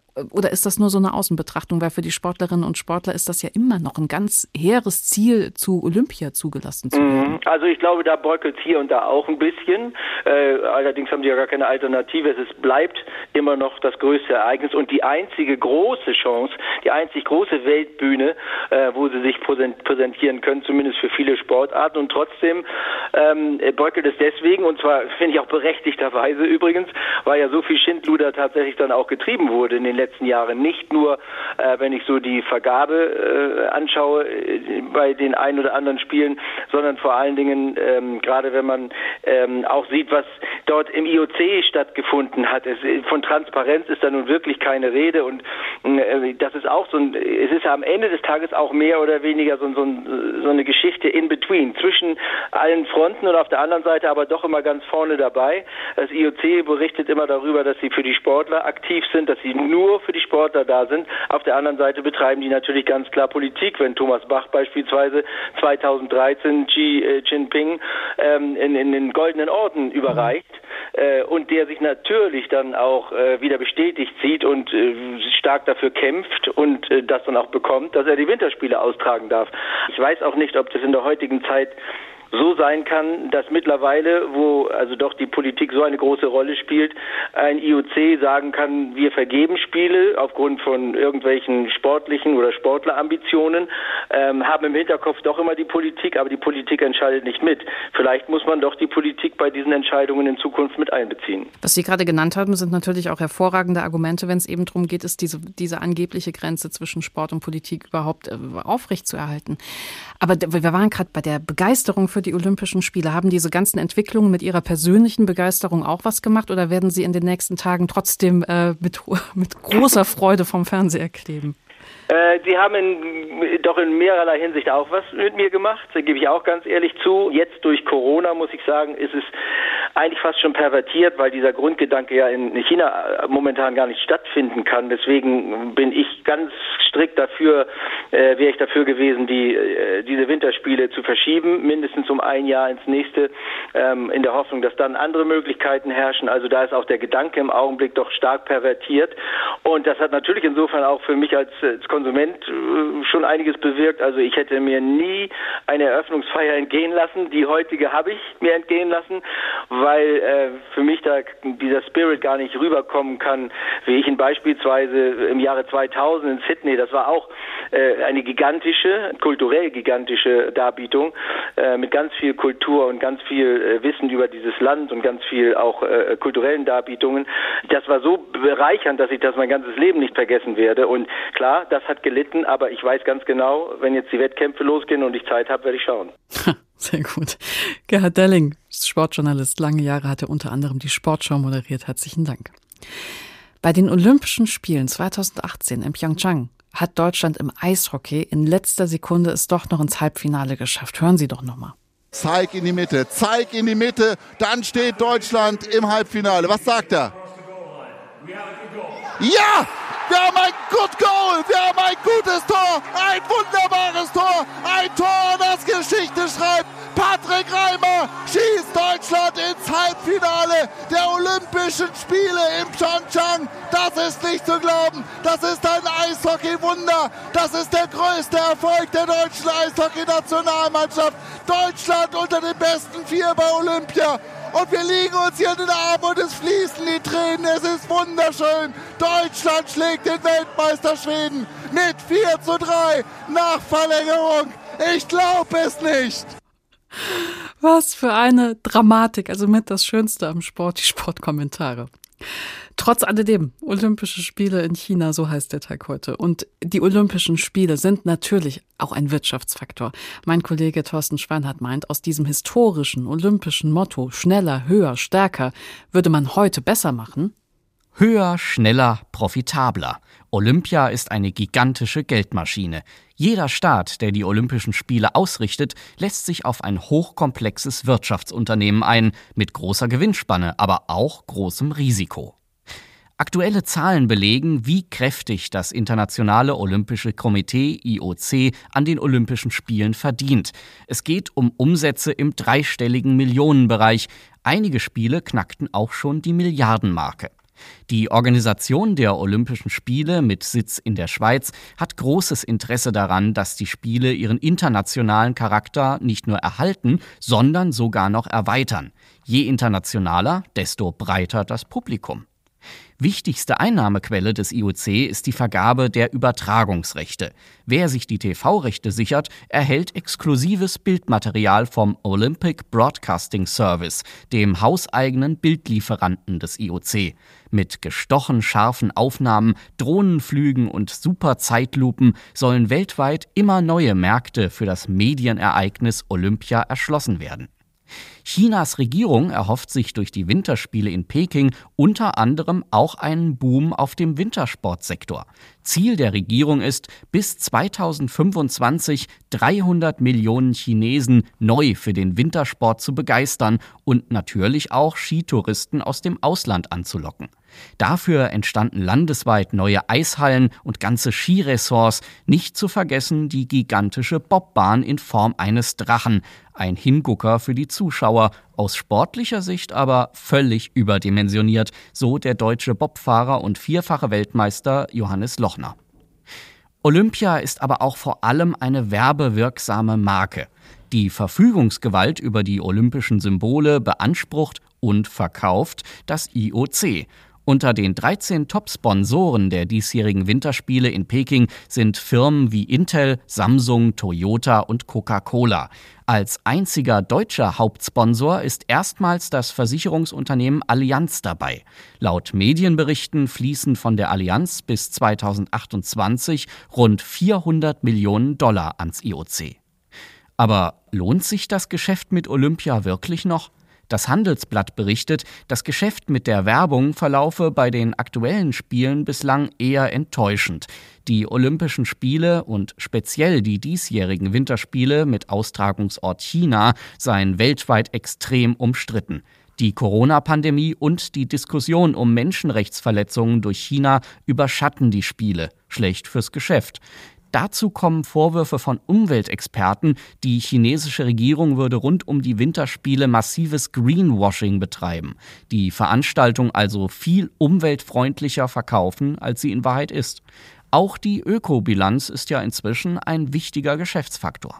Speaker 2: Oder ist das nur so eine Außenbetrachtung? Weil für die Sportlerinnen und Sportler ist das ja immer noch ein ganz hehres Ziel, zu Olympia zugelassen zu werden.
Speaker 1: Also ich glaube, da bröckelt es hier und da auch ein bisschen. Äh, allerdings haben die ja gar keine Alternative. Es ist, bleibt immer noch das größte Ereignis und die einzige große Chance, die einzig große Weltbühne, äh, wo sie sich präsentieren können, zumindest für viele Sportarten. Und trotzdem ähm, bröckelt es deswegen, und zwar finde ich auch berechtigterweise übrigens, weil ja so viel Schindluder tatsächlich dann auch getrieben wurde in den letzten Jahren. Nicht nur, äh, wenn ich so die Vergabe äh, anschaue äh, bei den ein oder anderen Spielen, sondern vor allen Dingen, ähm, gerade wenn man ähm, auch sieht, was dort im I O C stattgefunden hat. Es, von Transparenz ist da nun wirklich keine Rede und äh, das ist auch so ein, es ist am Ende des Tages auch mehr oder weniger so, so, ein, so eine Geschichte in between, zwischen allen Fronten und auf der anderen Seite aber doch immer ganz vorne dabei. Das I O C berichtet immer darüber, dass sie für die Sportler aktiv sind, dass sie nur für die Sportler da sind. Auf der anderen Seite betreiben die natürlich ganz klar Politik, wenn Thomas Bach beispielsweise zweitausenddreizehn Xi Jinping ähm, in, in den Goldenen Orden überreicht äh, und der sich natürlich dann auch äh, wieder bestätigt sieht und äh, stark dafür kämpft und äh, das dann auch bekommt, dass er die Winterspiele austragen darf. Ich weiß auch nicht, ob das in der heutigen Zeit so sein kann, dass mittlerweile, wo also doch die Politik so eine große Rolle spielt, ein I O C sagen kann, wir vergeben Spiele aufgrund von irgendwelchen sportlichen oder Sportlerambitionen, ähm, haben im Hinterkopf doch immer die Politik, aber die Politik entscheidet nicht mit. Vielleicht muss man doch die Politik bei diesen Entscheidungen in Zukunft mit einbeziehen.
Speaker 2: Was Sie gerade genannt haben, sind natürlich auch hervorragende Argumente, wenn es eben darum geht, ist diese, diese angebliche Grenze zwischen Sport und Politik überhaupt äh, aufrechtzuerhalten. Aber wir waren gerade bei der Begeisterung für die Olympischen Spiele. Haben diese ganzen Entwicklungen mit Ihrer persönlichen Begeisterung auch was gemacht oder werden Sie in den nächsten Tagen trotzdem äh, mit, mit großer Freude vom Fernseher kleben?
Speaker 1: Äh, Sie haben in, doch in mehrerlei Hinsicht auch was mit mir gemacht, da gebe ich auch ganz ehrlich zu. Jetzt durch Corona, muss ich sagen, ist es eigentlich fast schon pervertiert, weil dieser Grundgedanke ja in China momentan gar nicht stattfinden kann. Deswegen bin ich ganz strikt dafür, äh, wäre ich dafür gewesen, die äh, diese Winterspiele zu verschieben, mindestens um ein Jahr ins nächste, ähm, in der Hoffnung, dass dann andere Möglichkeiten herrschen. Also da ist auch der Gedanke im Augenblick doch stark pervertiert. Und das hat natürlich insofern auch für mich als, als Konsument äh, schon einiges bewirkt. Also ich hätte mir nie eine Eröffnungsfeier entgehen lassen. Die heutige habe ich mir entgehen lassen, weil äh, für mich da dieser Spirit gar nicht rüberkommen kann, wie ich ihn beispielsweise im Jahre zweitausend in Sydney, das war auch äh, eine gigantische, kulturell gigantische Darbietung äh, mit ganz viel Kultur und ganz viel äh, Wissen über dieses Land und ganz viel auch äh, kulturellen Darbietungen. Das war so bereichernd, dass ich das mein ganzes Leben nicht vergessen werde. Und klar, das hat gelitten, aber ich weiß ganz genau, wenn jetzt die Wettkämpfe losgehen und ich Zeit habe, werde ich schauen.
Speaker 2: Sehr gut. Gerhard Delling, Sportjournalist, lange Jahre hat er unter anderem die Sportschau moderiert. Herzlichen Dank. Bei den Olympischen Spielen zweitausendachtzehn in Pyeongchang hat Deutschland im Eishockey in letzter Sekunde es doch noch ins Halbfinale geschafft. Hören Sie doch nochmal.
Speaker 4: Zeig in die Mitte, zeig in die Mitte, dann steht Deutschland im Halbfinale. Was sagt er? Ja! Wir haben ein Good Goal, wir haben ein gutes Tor, ein wunderbares Tor, ein Tor, das Geschichte schreibt. Patrick Reimer schießt Deutschland ins Halbfinale der Olympischen Spiele in Pyeongchang. Das ist nicht zu glauben, das ist ein Eishockey-Wunder, das ist der größte Erfolg der deutschen Eishockey-Nationalmannschaft. Deutschland unter den besten vier bei Olympia. Und wir liegen uns hier in den Armen und es fließen die Tränen. Es ist wunderschön. Deutschland schlägt den Weltmeister Schweden mit vier zu drei nach Verlängerung. Ich glaube es nicht.
Speaker 2: Was für eine Dramatik. Also mit das Schönste am Sport, die Sportkommentare. Trotz alledem, Olympische Spiele in China, so heißt der Tag heute. Und die Olympischen Spiele sind natürlich auch ein Wirtschaftsfaktor. Mein Kollege Thorsten Schweinhardt meint, aus diesem historischen olympischen Motto schneller, höher, stärker würde man heute besser machen.
Speaker 5: Höher, schneller, profitabler. Olympia ist eine gigantische Geldmaschine. Jeder Staat, der die Olympischen Spiele ausrichtet, lässt sich auf ein hochkomplexes Wirtschaftsunternehmen ein, mit großer Gewinnspanne, aber auch großem Risiko. Aktuelle Zahlen belegen, wie kräftig das Internationale Olympische Komitee I O C an den Olympischen Spielen verdient. Es geht um Umsätze im dreistelligen Millionenbereich. Einige Spiele knackten auch schon die Milliardenmarke. Die Organisation der Olympischen Spiele mit Sitz in der Schweiz hat großes Interesse daran, dass die Spiele ihren internationalen Charakter nicht nur erhalten, sondern sogar noch erweitern. Je internationaler, desto breiter das Publikum. Wichtigste Einnahmequelle des I O C ist die Vergabe der Übertragungsrechte. Wer sich die T V-Rechte sichert, erhält exklusives Bildmaterial vom Olympic Broadcasting Service, dem hauseigenen Bildlieferanten des I O C. Mit gestochen scharfen Aufnahmen, Drohnenflügen und Superzeitlupen sollen weltweit immer neue Märkte für das Medienereignis Olympia erschlossen werden. Chinas Regierung erhofft sich durch die Winterspiele in Peking unter anderem auch einen Boom auf dem Wintersportsektor. Ziel der Regierung ist, bis zweitausendfünfundzwanzig dreihundert Millionen Chinesen neu für den Wintersport zu begeistern und natürlich auch Skitouristen aus dem Ausland anzulocken. Dafür entstanden landesweit neue Eishallen und ganze Skiresorts, nicht zu vergessen die gigantische Bobbahn in Form eines Drachen, ein Hingucker für die Zuschauer, aus sportlicher Sicht aber völlig überdimensioniert, so der deutsche Bobfahrer und vierfache Weltmeister Johannes Lochner. Olympia ist aber auch vor allem eine werbewirksame Marke. Die Verfügungsgewalt über die olympischen Symbole beansprucht und verkauft das I O C. Unter den dreizehn Top-Sponsoren der diesjährigen Winterspiele in Peking sind Firmen wie Intel, Samsung, Toyota und Coca-Cola. Als einziger deutscher Hauptsponsor ist erstmals das Versicherungsunternehmen Allianz dabei. Laut Medienberichten fließen von der Allianz bis zweitausendachtundzwanzig rund vierhundert Millionen Dollar ans I O C. Aber lohnt sich das Geschäft mit Olympia wirklich noch? Das Handelsblatt berichtet, das Geschäft mit der Werbung verlaufe bei den aktuellen Spielen bislang eher enttäuschend. Die Olympischen Spiele und speziell die diesjährigen Winterspiele mit Austragungsort China seien weltweit extrem umstritten. Die Corona-Pandemie und die Diskussion um Menschenrechtsverletzungen durch China überschatten die Spiele. Schlecht fürs Geschäft. Dazu kommen Vorwürfe von Umweltexperten, die chinesische Regierung würde rund um die Winterspiele massives Greenwashing betreiben, die Veranstaltung also viel umweltfreundlicher verkaufen, als sie in Wahrheit ist. Auch die Ökobilanz ist ja inzwischen ein wichtiger Geschäftsfaktor.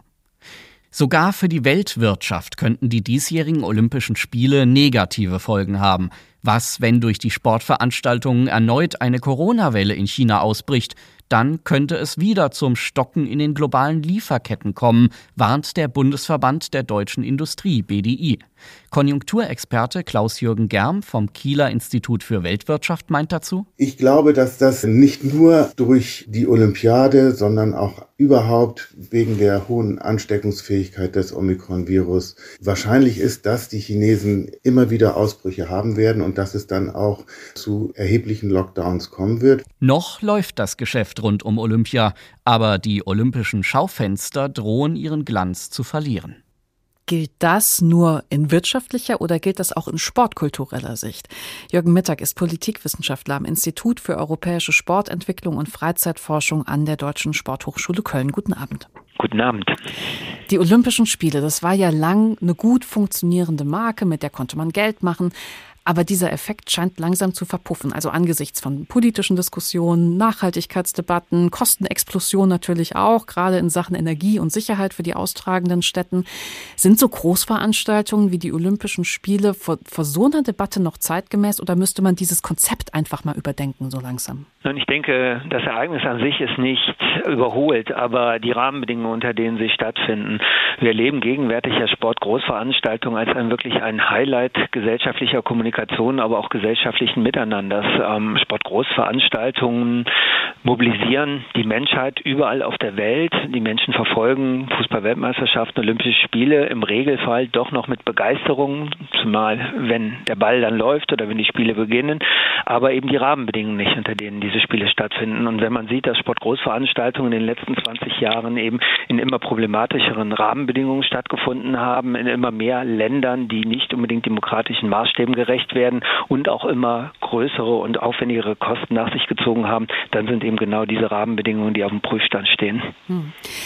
Speaker 5: Sogar für die Weltwirtschaft könnten die diesjährigen Olympischen Spiele negative Folgen haben. Was, wenn durch die Sportveranstaltungen erneut eine Corona-Welle in China ausbricht? Dann könnte es wieder zum Stocken in den globalen Lieferketten kommen, warnt der Bundesverband der deutschen Industrie, B D I. Konjunkturexperte Klaus-Jürgen Germ vom Kieler Institut für Weltwirtschaft meint dazu:
Speaker 6: Ich glaube, dass das nicht nur durch die Olympiade, sondern auch überhaupt wegen der hohen Ansteckungsfähigkeit des Omikron-Virus wahrscheinlich ist, dass die Chinesen immer wieder Ausbrüche haben werden und dass es dann auch zu erheblichen Lockdowns kommen wird.
Speaker 5: Noch läuft das Geschäft rund um Olympia, aber die olympischen Schaufenster drohen ihren Glanz zu verlieren.
Speaker 2: Gilt das nur in wirtschaftlicher oder gilt das auch in sportkultureller Sicht? Jürgen Mittag ist Politikwissenschaftler am Institut für europäische Sportentwicklung und Freizeitforschung an der Deutschen Sporthochschule Köln. Guten Abend.
Speaker 7: Guten Abend.
Speaker 2: Die Olympischen Spiele, das war ja lang eine gut funktionierende Marke, mit der konnte man Geld machen. Aber dieser Effekt scheint langsam zu verpuffen. Also angesichts von politischen Diskussionen, Nachhaltigkeitsdebatten, Kostenexplosion natürlich auch, gerade in Sachen Energie und Sicherheit für die austragenden Städten. Sind so Großveranstaltungen wie die Olympischen Spiele vor, vor so einer Debatte noch zeitgemäß oder müsste man dieses Konzept einfach mal überdenken so langsam?
Speaker 7: Und ich denke, das Ereignis an sich ist nicht überholt, aber die Rahmenbedingungen, unter denen sie stattfinden. Wir erleben gegenwärtig ja Sportgroßveranstaltungen als ein wirklich ein Highlight gesellschaftlicher Kommunikation, aber auch gesellschaftlichen Miteinanders. Ähm, Sportgroßveranstaltungen mobilisieren die Menschheit überall auf der Welt. Die Menschen verfolgen Fußball-Weltmeisterschaften, Olympische Spiele im Regelfall doch noch mit Begeisterung, zumal wenn der Ball dann läuft oder wenn die Spiele beginnen, aber eben die Rahmenbedingungen nicht, unter denen diese Spiele stattfinden. Und wenn man sieht, dass Sportgroßveranstaltungen in den letzten zwanzig Jahren eben in immer problematischeren Rahmenbedingungen stattgefunden haben, in immer mehr Ländern, die nicht unbedingt demokratischen Maßstäben gerecht werden und auch immer größere und aufwendigere Kosten nach sich gezogen haben, dann sind eben genau diese Rahmenbedingungen, die auf dem Prüfstand stehen.
Speaker 2: Hm.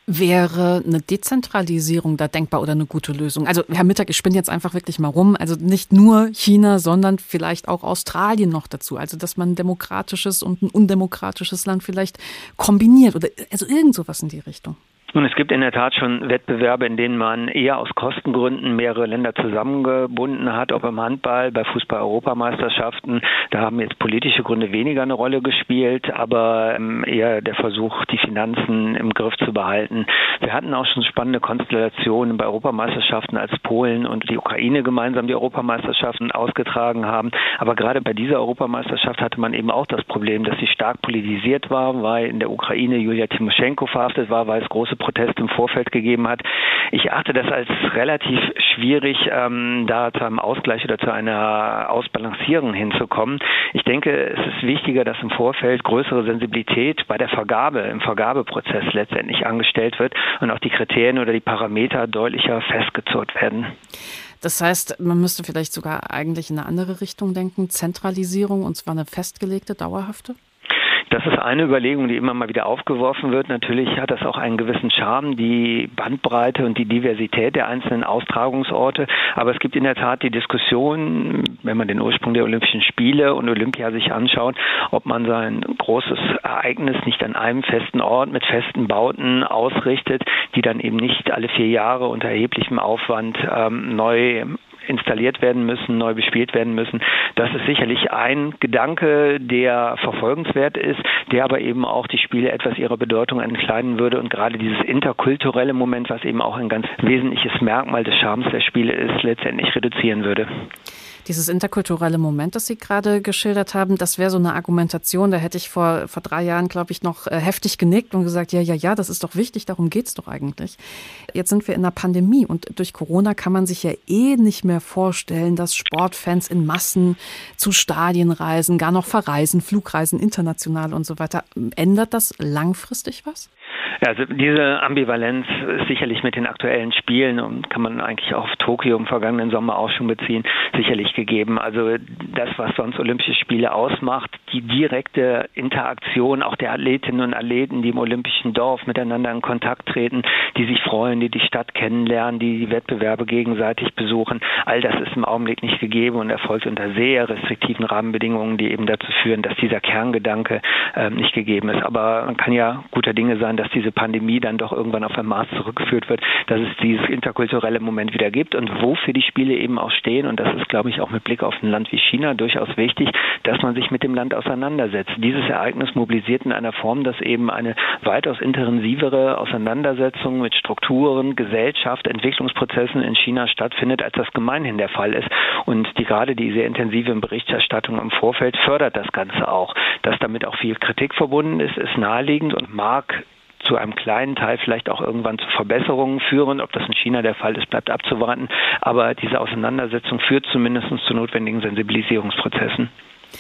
Speaker 2: Wäre eine Dezentralisierung da denkbar oder eine gute Lösung? Also Herr Mittag, ich spinne jetzt einfach wirklich mal rum. Also nicht nur China, sondern vielleicht auch Australien noch dazu. Also dass man ein demokratisches und ein undemokratisches Land vielleicht kombiniert oder also irgend sowas in die Richtung.
Speaker 7: Nun, es gibt in der Tat schon Wettbewerbe, in denen man eher aus Kostengründen mehrere Länder zusammengebunden hat, ob im Handball, bei Fußball-Europameisterschaften. Da haben jetzt politische Gründe weniger eine Rolle gespielt, aber eher der Versuch, die Finanzen im Griff zu behalten. Wir hatten auch schon spannende Konstellationen bei Europameisterschaften, als Polen und die Ukraine gemeinsam die Europameisterschaften ausgetragen haben. Aber gerade bei dieser Europameisterschaft hatte man eben auch das Problem, dass sie stark politisiert war, weil in der Ukraine Julia Timoschenko verhaftet war, weil es große Proteste im Vorfeld gegeben hat. Ich erachte das als relativ schwierig, ähm, da zu einem Ausgleich oder zu einer Ausbalancierung hinzukommen. Ich denke, es ist wichtiger, dass im Vorfeld größere Sensibilität bei der Vergabe, im Vergabeprozess letztendlich angestellt wird und auch die Kriterien oder die Parameter deutlicher festgezurrt werden.
Speaker 2: Das heißt, man müsste vielleicht sogar eigentlich in eine andere Richtung denken, Zentralisierung, und zwar eine festgelegte, dauerhafte?
Speaker 7: Das ist eine Überlegung, die immer mal wieder aufgeworfen wird. Natürlich hat das auch einen gewissen Charme, die Bandbreite und die Diversität der einzelnen Austragungsorte. Aber es gibt in der Tat die Diskussion, wenn man den Ursprung der Olympischen Spiele und Olympia sich anschaut, ob man sein großes Ereignis nicht an einem festen Ort mit festen Bauten ausrichtet, die dann eben nicht alle vier Jahre unter erheblichem Aufwand ähm, neu installiert werden müssen, neu bespielt werden müssen. Das ist sicherlich ein Gedanke, der verfolgenswert ist, der aber eben auch die Spiele etwas ihrer Bedeutung entkleiden würde und gerade dieses interkulturelle Moment, was eben auch ein ganz wesentliches Merkmal des Charmes der Spiele ist, letztendlich reduzieren würde.
Speaker 2: Dieses interkulturelle Moment, das Sie gerade geschildert haben, das wäre so eine Argumentation, da hätte ich vor, vor drei Jahren, glaube ich, noch heftig genickt und gesagt, ja, ja, ja, das ist doch wichtig, darum geht's doch eigentlich. Jetzt sind wir in einer Pandemie und durch Corona kann man sich ja eh nicht mehr vorstellen, dass Sportfans in Massen zu Stadien reisen, gar noch verreisen, Flugreisen international und so weiter. Ändert das langfristig was?
Speaker 7: Also diese Ambivalenz ist sicherlich mit den aktuellen Spielen und kann man eigentlich auch auf Tokio im vergangenen Sommer auch schon beziehen, sicherlich gegeben. Also das, was sonst Olympische Spiele ausmacht, die direkte Interaktion auch der Athletinnen und Athleten, die im olympischen Dorf miteinander in Kontakt treten, die sich freuen, die die Stadt kennenlernen, die die Wettbewerbe gegenseitig besuchen, all das ist im Augenblick nicht gegeben und erfolgt unter sehr restriktiven Rahmenbedingungen, die eben dazu führen, dass dieser Kerngedanke äh, nicht gegeben ist. Aber man kann ja guter Dinge sein, dass diese Pandemie dann doch irgendwann auf ein Maß zurückgeführt wird, dass es dieses interkulturelle Moment wieder gibt und wofür die Spiele eben auch stehen. Und das ist, glaube ich, auch mit Blick auf ein Land wie China durchaus wichtig, dass man sich mit dem Land auseinandersetzt. Dieses Ereignis mobilisiert in einer Form, dass eben eine weitaus intensivere Auseinandersetzung mit Strukturen, Gesellschaft, Entwicklungsprozessen in China stattfindet, als das gemeinhin der Fall ist. Und die gerade diese intensive Berichterstattung im Vorfeld fördert das Ganze auch. Dass damit auch viel Kritik verbunden ist, ist naheliegend und mag zu einem kleinen Teil vielleicht auch irgendwann zu Verbesserungen führen. Ob das in China der Fall ist, bleibt abzuwarten. Aber diese Auseinandersetzung führt zumindest zu notwendigen Sensibilisierungsprozessen.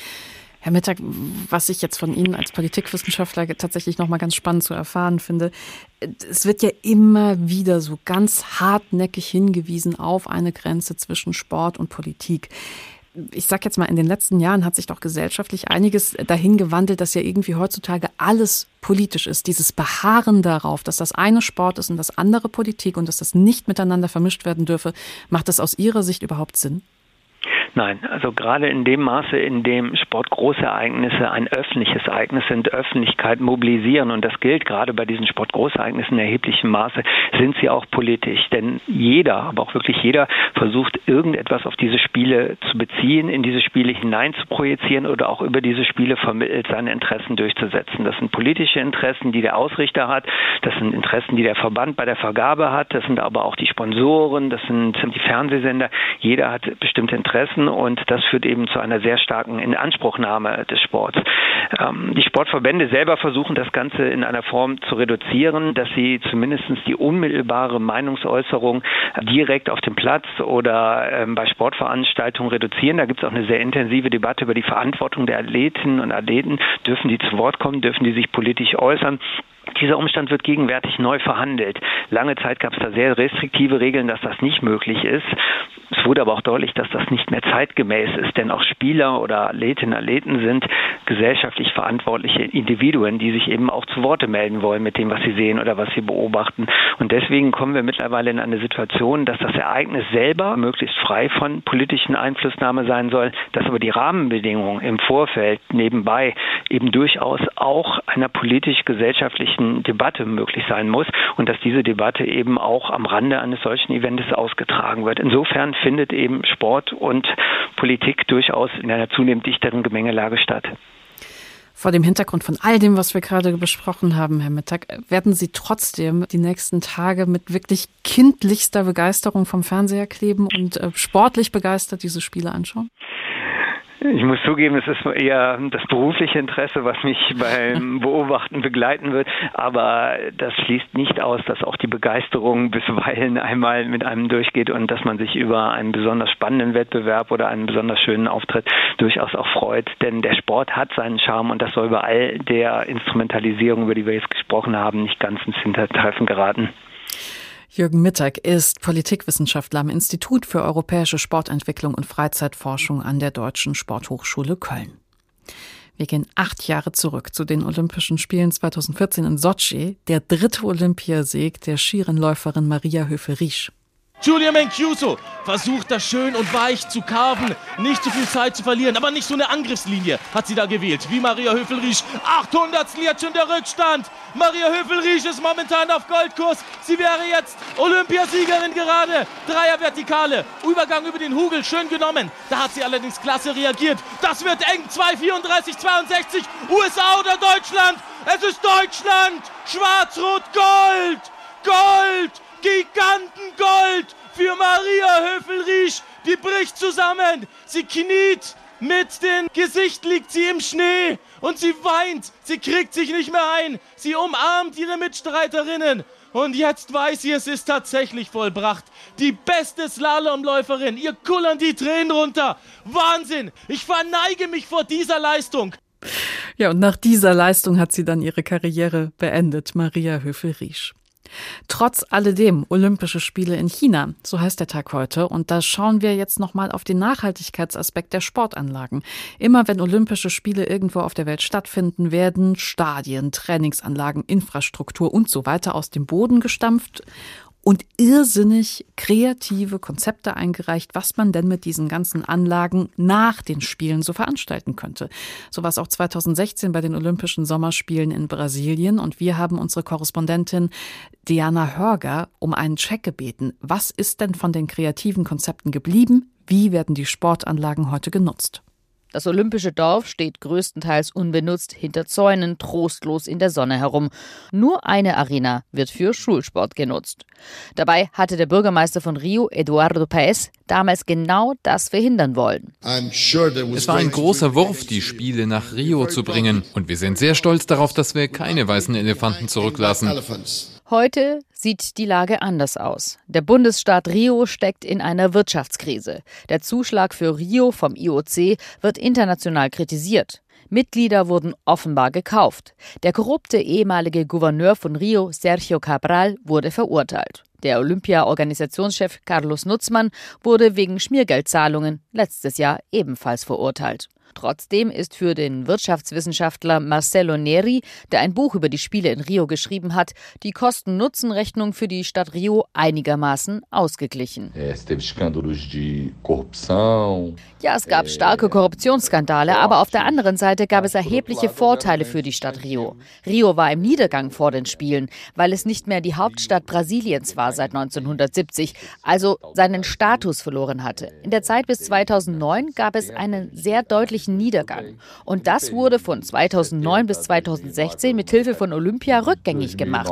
Speaker 2: Herr Mittag, was ich jetzt von Ihnen als Politikwissenschaftler tatsächlich noch mal ganz spannend zu erfahren finde, es wird ja immer wieder so ganz hartnäckig hingewiesen auf eine Grenze zwischen Sport und Politik. Ich sag jetzt mal, in den letzten Jahren hat sich doch gesellschaftlich einiges dahin gewandelt, dass ja irgendwie heutzutage alles politisch ist. Dieses Beharren darauf, dass das eine Sport ist und das andere Politik und dass das nicht miteinander vermischt werden dürfe, macht das aus Ihrer Sicht überhaupt Sinn?
Speaker 7: Nein, also gerade in dem Maße, in dem Sportgroßereignisse ein öffentliches Ereignis sind, Öffentlichkeit mobilisieren, und das gilt gerade bei diesen Sportgroßereignissen in erheblichem Maße, sind sie auch politisch. Denn jeder, aber auch wirklich jeder, versucht irgendetwas auf diese Spiele zu beziehen, in diese Spiele hinein zu projizieren oder auch über diese Spiele vermittelt seine Interessen durchzusetzen. Das sind politische Interessen, die der Ausrichter hat, das sind Interessen, die der Verband bei der Vergabe hat, das sind aber auch die Sponsoren, das sind die Fernsehsender. Jeder hat bestimmte Interessen. Und das führt eben zu einer sehr starken Inanspruchnahme des Sports. Ähm, die Sportverbände selber versuchen das Ganze in einer Form zu reduzieren, dass sie zumindest die unmittelbare Meinungsäußerung direkt auf dem Platz oder ähm, bei Sportveranstaltungen reduzieren. Da gibt es auch eine sehr intensive Debatte über die Verantwortung der Athletinnen und Athleten. Dürfen die zu Wort kommen? Dürfen die sich politisch äußern? Dieser Umstand wird gegenwärtig neu verhandelt. Lange Zeit gab es da sehr restriktive Regeln, dass das nicht möglich ist. Es wurde aber auch deutlich, dass das nicht mehr zeitgemäß ist, denn auch Spieler oder Athletinnen und Athleten sind gesellschaftlich verantwortliche Individuen, die sich eben auch zu Worte melden wollen mit dem, was sie sehen oder was sie beobachten. Und deswegen kommen wir mittlerweile in eine Situation, dass das Ereignis selber möglichst frei von politischen Einflussnahme sein soll, dass aber die Rahmenbedingungen im Vorfeld nebenbei eben durchaus auch einer politisch-gesellschaftlichen Debatte möglich sein muss und dass diese Debatte eben auch am Rande eines solchen Events ausgetragen wird. Insofern findet eben Sport und Politik durchaus in einer zunehmend dichteren Gemengelage statt.
Speaker 2: Vor dem Hintergrund von all dem, was wir gerade besprochen haben, Herr Mittag, werden Sie trotzdem die nächsten Tage mit wirklich kindlichster Begeisterung vom Fernseher kleben und äh, sportlich begeistert diese Spiele anschauen?
Speaker 7: Ich muss zugeben, es ist eher das berufliche Interesse, was mich beim Beobachten begleiten wird. Aber das schließt nicht aus, dass auch die Begeisterung bisweilen einmal mit einem durchgeht und dass man sich über einen besonders spannenden Wettbewerb oder einen besonders schönen Auftritt durchaus auch freut. Denn der Sport hat seinen Charme und das soll bei all der Instrumentalisierung, über die wir jetzt gesprochen haben, nicht ganz ins Hintertreffen geraten.
Speaker 2: Jürgen Mittag ist Politikwissenschaftler am Institut für europäische Sportentwicklung und Freizeitforschung an der Deutschen Sporthochschule Köln. Wir gehen acht Jahre zurück zu den Olympischen Spielen zweitausendvierzehn in Sotschi, der dritte Olympiasieg der Skirennläuferin Maria Höfel-Riesch.
Speaker 8: Giulia Mancuso versucht das schön und weich zu carven, nicht zu viel Zeit zu verlieren, aber nicht so eine Angriffslinie hat sie da gewählt, wie Maria Höfel-Riesch. achthundertstel jetzt schon der Rückstand. Maria Höfel-Riesch ist momentan auf Goldkurs. Sie wäre jetzt Olympiasiegerin gerade. Dreier Vertikale, Übergang über den Hügel, schön genommen. Da hat sie allerdings klasse reagiert. Das wird eng, zwei vierunddreißig zweiundsechzig, U S A oder Deutschland. Es ist Deutschland, schwarz-rot, Gold, Gold. Gigantengold für Maria Höfel-Riesch. Die bricht zusammen. Sie kniet. Mit dem Gesicht liegt sie im Schnee. Und sie weint. Sie kriegt sich nicht mehr ein. Sie umarmt ihre Mitstreiterinnen. Und jetzt weiß sie, es ist tatsächlich vollbracht. Die beste Slalomläuferin. Ihr kullern die Tränen runter. Wahnsinn. Ich verneige mich vor dieser Leistung.
Speaker 2: Ja, und nach dieser Leistung hat sie dann ihre Karriere beendet, Maria Höfel-Riesch. Trotz alledem Olympische Spiele in China, so heißt der Tag heute. Und da schauen wir jetzt nochmal auf den Nachhaltigkeitsaspekt der Sportanlagen. Immer wenn Olympische Spiele irgendwo auf der Welt stattfinden, werden Stadien, Trainingsanlagen, Infrastruktur und so weiter aus dem Boden gestampft und irrsinnig kreative Konzepte eingereicht, was man denn mit diesen ganzen Anlagen nach den Spielen so veranstalten könnte. So war es auch zweitausendsechzehn bei den Olympischen Sommerspielen in Brasilien. Und wir haben unsere Korrespondentin Diana Hörger um einen Check gebeten. Was ist denn von den kreativen Konzepten geblieben? Wie werden die Sportanlagen heute genutzt?
Speaker 9: Das olympische Dorf steht größtenteils unbenutzt hinter Zäunen, trostlos in der Sonne herum. Nur eine Arena wird für Schulsport genutzt. Dabei hatte der Bürgermeister von Rio, Eduardo Paes, damals genau das verhindern wollen.
Speaker 23: Es war ein großer Wurf, die Spiele nach Rio zu bringen. Und wir sind sehr stolz darauf, dass wir keine weißen Elefanten zurücklassen.
Speaker 9: Heute sieht die Lage anders aus. Der Bundesstaat Rio steckt in einer Wirtschaftskrise. Der Zuschlag für Rio vom I O C wird international kritisiert. Mitglieder wurden offenbar gekauft. Der korrupte ehemalige Gouverneur von Rio, Sergio Cabral, wurde verurteilt. Der Olympia-Organisationschef Carlos Nutzmann wurde wegen Schmiergeldzahlungen letztes Jahr ebenfalls verurteilt. Trotzdem ist für den Wirtschaftswissenschaftler Marcelo Neri, der ein Buch über die Spiele in Rio geschrieben hat, die Kosten-Nutzen-Rechnung für die Stadt Rio einigermaßen ausgeglichen. Ja, es gab starke Korruptionsskandale, aber auf der anderen Seite gab es erhebliche Vorteile für die Stadt Rio. Rio war im Niedergang vor den Spielen, weil es nicht mehr die Hauptstadt Brasiliens war seit neunzehnhundertsiebzig, also seinen Status verloren hatte. In der Zeit bis zweitausendneun gab es einen sehr deutlichen Niedergang. Und das wurde von zweitausendneun bis zweitausendsechzehn mit Hilfe von Olympia rückgängig gemacht.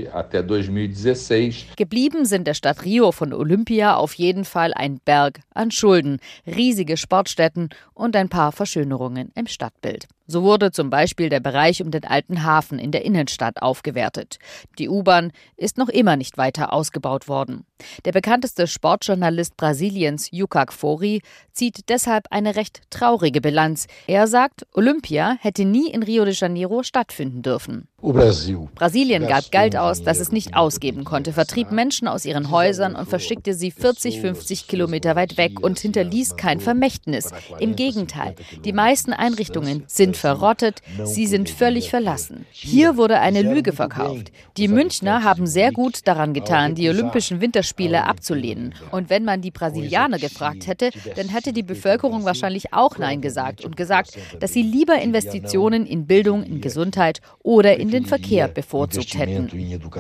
Speaker 9: Geblieben sind der Stadt Rio von Olympia auf jeden Fall ein Berg an Schulden, riesige Sportstätten und ein paar Verschönerungen im Stadtbild. So wurde zum Beispiel der Bereich um den alten Hafen in der Innenstadt aufgewertet. Die U-Bahn ist noch immer nicht weiter ausgebaut worden. Der bekannteste Sportjournalist Brasiliens, Juca Kfouri, zieht deshalb eine recht traurige Bilanz. Er sagt, Olympia hätte nie in Rio de Janeiro stattfinden dürfen. Brasilien gab Geld aus, das es nicht ausgeben konnte, vertrieb Menschen aus ihren Häusern und verschickte sie vierzig, fünfzig Kilometer weit weg und hinterließ kein Vermächtnis. Im Gegenteil, die meisten Einrichtungen sind verrottet, sie sind völlig verlassen. Hier wurde eine Lüge verkauft. Die Münchner haben sehr gut daran getan, die Olympischen Winterspiele abzulehnen. Und wenn man die Brasilianer gefragt hätte, dann hätte die Bevölkerung wahrscheinlich auch Nein gesagt und gesagt, dass sie lieber Investitionen in Bildung, in Gesundheit oder in den Verkehr bevorzugt hätten.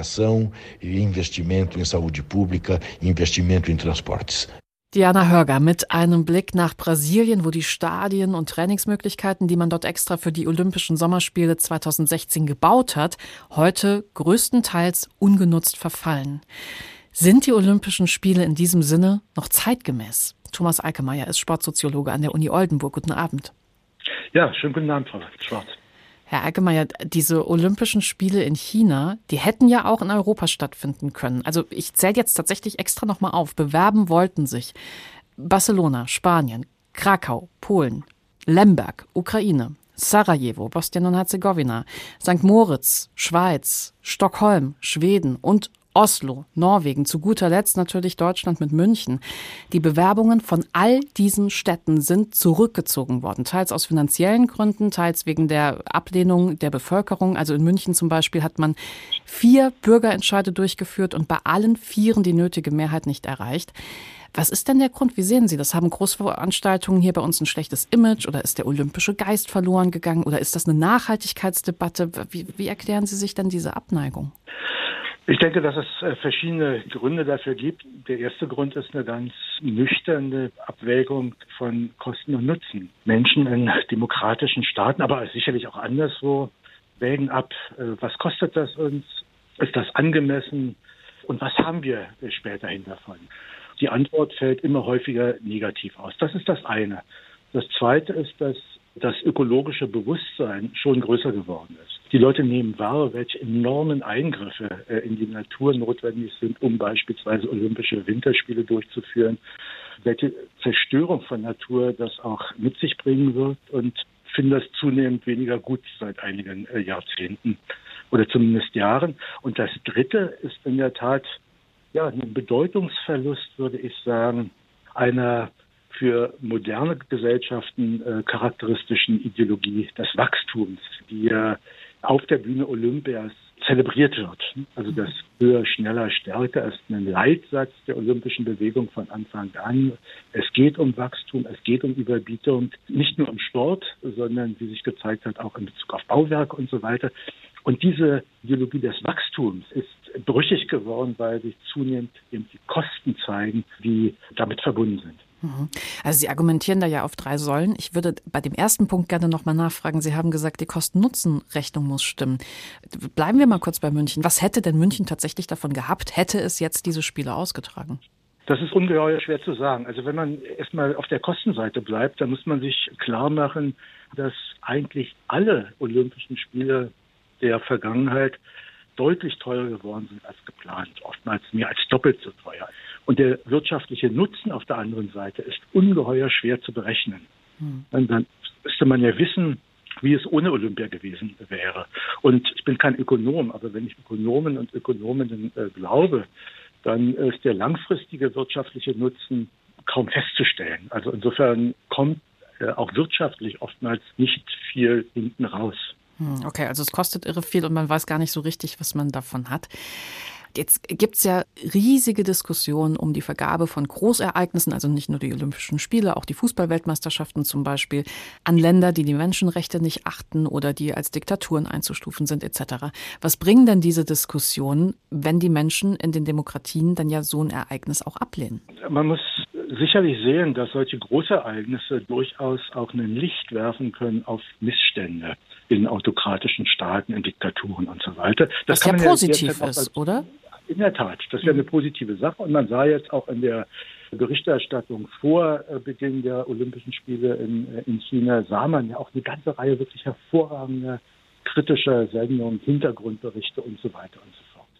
Speaker 2: Diana Hörger mit einem Blick nach Brasilien, wo die Stadien und Trainingsmöglichkeiten, die man dort extra für die Olympischen Sommerspiele zweitausendsechzehn gebaut hat, heute größtenteils ungenutzt verfallen. Sind die Olympischen Spiele in diesem Sinne noch zeitgemäß? Thomas Eikemeyer ist Sportsoziologe an der Uni Oldenburg. Guten Abend.
Speaker 10: Ja, schönen guten Abend, Frau Schwarz.
Speaker 2: Herr Eikemeyer, diese Olympischen Spiele in China, die hätten ja auch in Europa stattfinden können. Also ich zähle jetzt tatsächlich extra nochmal auf. Bewerben wollten sich Barcelona, Spanien, Krakau, Polen, Lemberg, Ukraine, Sarajevo, Bosnien und Herzegowina, Sankt Moritz, Schweiz, Stockholm, Schweden und Oslo, Norwegen, zu guter Letzt natürlich Deutschland mit München. Die Bewerbungen von all diesen Städten sind zurückgezogen worden, teils aus finanziellen Gründen, teils wegen der Ablehnung der Bevölkerung. Also in München zum Beispiel hat man vier Bürgerentscheide durchgeführt und bei allen vieren die nötige Mehrheit nicht erreicht. Was ist denn der Grund? Wie sehen Sie das? Haben Großveranstaltungen hier bei uns ein schlechtes Image oder ist der olympische Geist verloren gegangen oder ist das eine Nachhaltigkeitsdebatte? Wie, wie erklären Sie sich denn diese Abneigung?
Speaker 10: Ich denke, dass es verschiedene Gründe dafür gibt. Der erste Grund ist eine ganz nüchterne Abwägung von Kosten und Nutzen. Menschen in demokratischen Staaten, aber sicherlich auch anderswo, wägen ab, was kostet das uns? Ist das angemessen? Und was haben wir späterhin davon? Die Antwort fällt immer häufiger negativ aus. Das ist das eine. Das zweite ist, dass das ökologische Bewusstsein schon größer geworden ist. Die Leute nehmen wahr, welche enormen Eingriffe äh, in die Natur notwendig sind, um beispielsweise Olympische Winterspiele durchzuführen, welche Zerstörung von Natur das auch mit sich bringen wird und finden das zunehmend weniger gut seit einigen äh, Jahrzehnten oder zumindest Jahren. Und das Dritte ist in der Tat ja ein Bedeutungsverlust, würde ich sagen, einer für moderne Gesellschaften äh, charakteristischen Ideologie des Wachstums, die ja auf der Bühne Olympias zelebriert wird. Also das höher, schneller, stärker ist ein Leitsatz der olympischen Bewegung von Anfang an. Es geht um Wachstum, es geht um Überbietung, nicht nur im Sport, sondern wie sich gezeigt hat, auch in Bezug auf Bauwerke und so weiter. Und diese Ideologie des Wachstums ist brüchig geworden, weil sich zunehmend eben die Kosten zeigen, die damit verbunden sind.
Speaker 2: Also Sie argumentieren da ja auf drei Säulen. Ich würde bei dem ersten Punkt gerne nochmal nachfragen. Sie haben gesagt, die Kosten-Nutzen-Rechnung muss stimmen. Bleiben wir mal kurz bei München. Was hätte denn München tatsächlich davon gehabt, hätte es jetzt diese Spiele ausgetragen?
Speaker 10: Das ist ungeheuer schwer zu sagen. Also wenn man erstmal auf der Kostenseite bleibt, dann muss man sich klar machen, dass eigentlich alle Olympischen Spiele der Vergangenheit deutlich teurer geworden sind als geplant, oftmals mehr als doppelt so teuer. Und der wirtschaftliche Nutzen auf der anderen Seite ist ungeheuer schwer zu berechnen. Hm. Und dann müsste man ja wissen, wie es ohne Olympia gewesen wäre. Und ich bin kein Ökonom, aber wenn ich Ökonomen und Ökonominnen äh, glaube, dann ist der langfristige wirtschaftliche Nutzen kaum festzustellen. Also insofern kommt äh, auch wirtschaftlich oftmals nicht viel hinten raus.
Speaker 2: Okay, also es kostet irre viel und man weiß gar nicht so richtig, was man davon hat. Jetzt gibt es ja riesige Diskussionen um die Vergabe von Großereignissen, also nicht nur die Olympischen Spiele, auch die Fußballweltmeisterschaften zum Beispiel, an Länder, die die Menschenrechte nicht achten oder die als Diktaturen einzustufen sind et cetera. Was bringen denn diese Diskussionen, wenn die Menschen in den Demokratien dann ja so ein Ereignis auch ablehnen?
Speaker 10: Man muss sicherlich sehen, dass solche Großereignisse durchaus auch ein Licht werfen können auf Missstände in autokratischen Staaten, in Diktaturen und so weiter. Das
Speaker 2: Was ja positiv ist, oder?
Speaker 10: In der Tat, das wäre eine positive Sache. Und man sah jetzt auch in der Berichterstattung vor Beginn der Olympischen Spiele in, in China, sah man ja auch eine ganze Reihe wirklich hervorragender kritischer Sendungen, Hintergrundberichte und so weiter und so fort.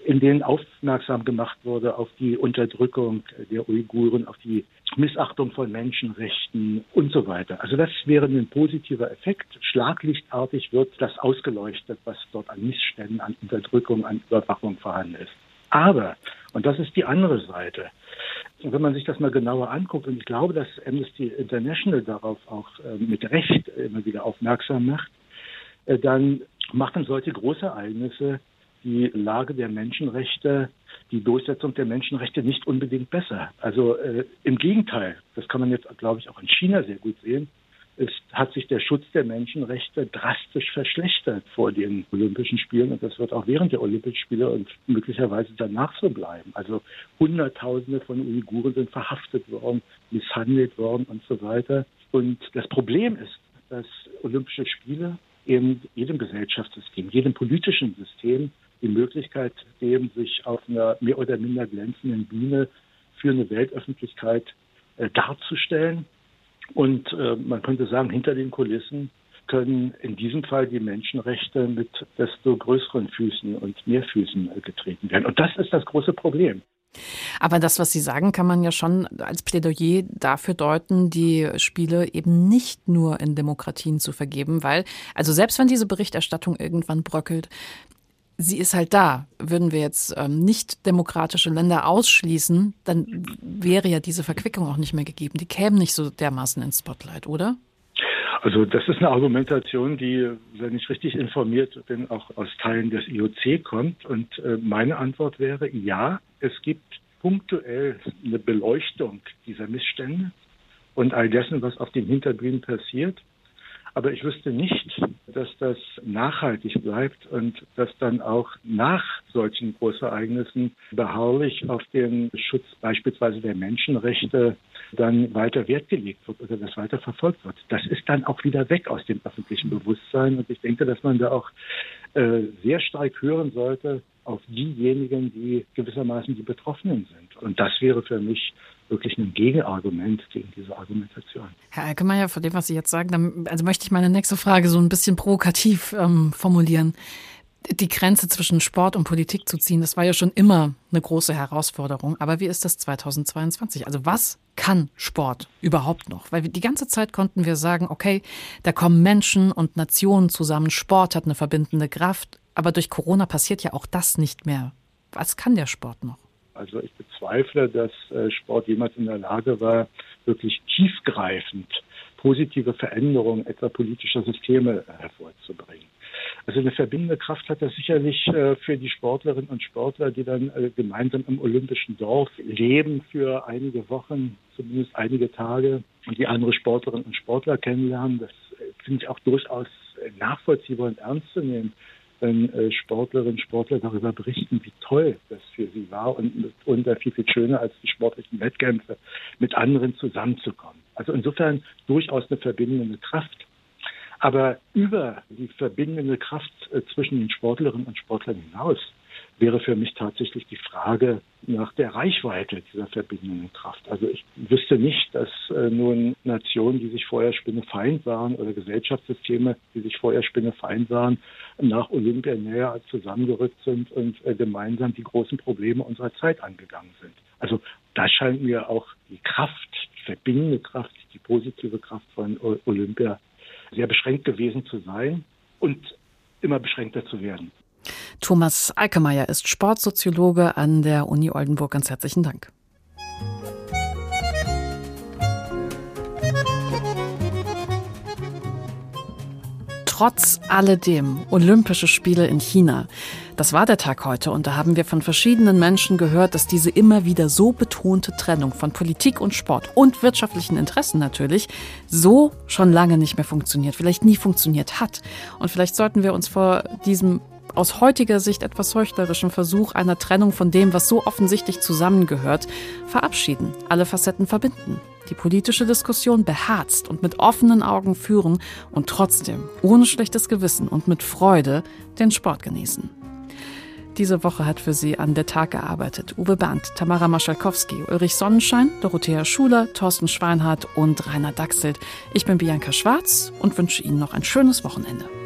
Speaker 10: in denen aufmerksam gemacht wurde auf die Unterdrückung der Uiguren, auf die Missachtung von Menschenrechten und so weiter. Also das wäre ein positiver Effekt. Schlaglichtartig wird das ausgeleuchtet, was dort an Missständen, an Unterdrückung, an Überwachung vorhanden ist. Aber, und das ist die andere Seite, und wenn man sich das mal genauer anguckt, und ich glaube, dass Amnesty International darauf auch äh, mit Recht immer wieder aufmerksam macht, äh, dann machen solche Großereignisse die Lage der Menschenrechte, die Durchsetzung der Menschenrechte nicht unbedingt besser. Also äh, im Gegenteil, das kann man jetzt, glaube ich, auch in China sehr gut sehen, es hat sich der Schutz der Menschenrechte drastisch verschlechtert vor den Olympischen Spielen und das wird auch während der Olympischen Spiele und möglicherweise danach so bleiben. Also Hunderttausende von Uiguren sind verhaftet worden, misshandelt worden und so weiter. Und das Problem ist, dass Olympische Spiele eben jedem Gesellschaftssystem, jedem politischen System die Möglichkeit geben, sich auf einer mehr oder minder glänzenden Bühne für eine Weltöffentlichkeit äh, darzustellen. Und äh, man könnte sagen, hinter den Kulissen können in diesem Fall die Menschenrechte mit desto größeren Füßen und mehr Füßen äh, getreten werden. Und das ist das große Problem.
Speaker 2: Aber das, was Sie sagen, kann man ja schon als Plädoyer dafür deuten, die Spiele eben nicht nur in Demokratien zu vergeben, weil, also selbst wenn diese Berichterstattung irgendwann bröckelt, sie ist halt da. Würden wir jetzt ähm, nicht demokratische Länder ausschließen, dann wäre ja diese Verquickung auch nicht mehr gegeben. Die kämen nicht so dermaßen ins Spotlight, oder?
Speaker 10: Also das ist eine Argumentation, die, wenn ich richtig informiert bin, auch aus Teilen des I O C kommt. Und äh, meine Antwort wäre, ja, es gibt punktuell eine Beleuchtung dieser Missstände und all dessen, was auf den Hinterbühnen passiert. Aber ich wüsste nicht, dass das nachhaltig bleibt und dass dann auch nach solchen Großereignissen beharrlich auf den Schutz beispielsweise der Menschenrechte dann weiter Wert gelegt wird oder das weiter verfolgt wird. Das ist dann auch wieder weg aus dem öffentlichen Bewusstsein. Und ich denke, dass man da auch äh, sehr stark hören sollte auf diejenigen, die gewissermaßen die Betroffenen sind. Und das wäre für mich wirklich ein Gegenargument gegen diese Argumentation.
Speaker 2: Herr Alkemeyer, von dem, was Sie jetzt sagen, dann, also möchte ich meine nächste Frage so ein bisschen provokativ ähm, formulieren. Die Grenze zwischen Sport und Politik zu ziehen, das war ja schon immer eine große Herausforderung. Aber wie ist das zweitausendzweiundzwanzig? Also was kann Sport überhaupt noch? Weil die ganze Zeit konnten wir sagen, okay, da kommen Menschen und Nationen zusammen. Sport hat eine verbindende Kraft. Aber durch Corona passiert ja auch das nicht mehr. Was kann der Sport noch?
Speaker 10: Also ich bezweifle, dass Sport jemals in der Lage war, wirklich tiefgreifend positive Veränderungen etwa politischer Systeme hervorzubringen. Also eine verbindende Kraft hat das sicherlich für die Sportlerinnen und Sportler, die dann gemeinsam im olympischen Dorf leben für einige Wochen, zumindest einige Tage, und die andere Sportlerinnen und Sportler kennenlernen. Das finde ich auch durchaus nachvollziehbar und ernst zu nehmen, wenn äh, Sportlerinnen und Sportler darüber berichten, wie toll das für sie war und, und viel, viel schöner als die sportlichen Wettkämpfe, mit anderen zusammenzukommen. Also insofern durchaus eine verbindende Kraft. Aber über die verbindende Kraft äh, zwischen den Sportlerinnen und Sportlern hinaus wäre für mich tatsächlich die Frage nach der Reichweite dieser verbindenden Kraft. Also ich wüsste nicht, dass äh, nun Nationen, die sich vorher spinnefeind waren, oder Gesellschaftssysteme, die sich vorher spinnefeind waren, nach Olympia näher zusammengerückt sind und äh, gemeinsam die großen Probleme unserer Zeit angegangen sind. Also da scheint mir auch die Kraft, die verbindende Kraft, die positive Kraft von o- Olympia sehr beschränkt gewesen zu sein und immer beschränkter zu werden.
Speaker 2: Thomas Alkemeyer ist Sportsoziologe an der Uni Oldenburg. Ganz herzlichen Dank. Trotz alledem Olympische Spiele in China. Das war der Tag heute und da haben wir von verschiedenen Menschen gehört, dass diese immer wieder so betonte Trennung von Politik und Sport und wirtschaftlichen Interessen natürlich so schon lange nicht mehr funktioniert, vielleicht nie funktioniert hat. Und vielleicht sollten wir uns vor diesem aus heutiger Sicht etwas heuchlerischen Versuch einer Trennung von dem, was so offensichtlich zusammengehört, verabschieden, alle Facetten verbinden, die politische Diskussion beherzt und mit offenen Augen führen und trotzdem ohne schlechtes Gewissen und mit Freude den Sport genießen. Diese Woche hat für Sie an der Tag gearbeitet Uwe Bernd, Tamara Maschalkowski, Ulrich Sonnenschein, Dorothea Schuler, Thorsten Schweinhardt und Rainer Dachselt. Ich bin Bianca Schwarz und wünsche Ihnen noch ein schönes Wochenende.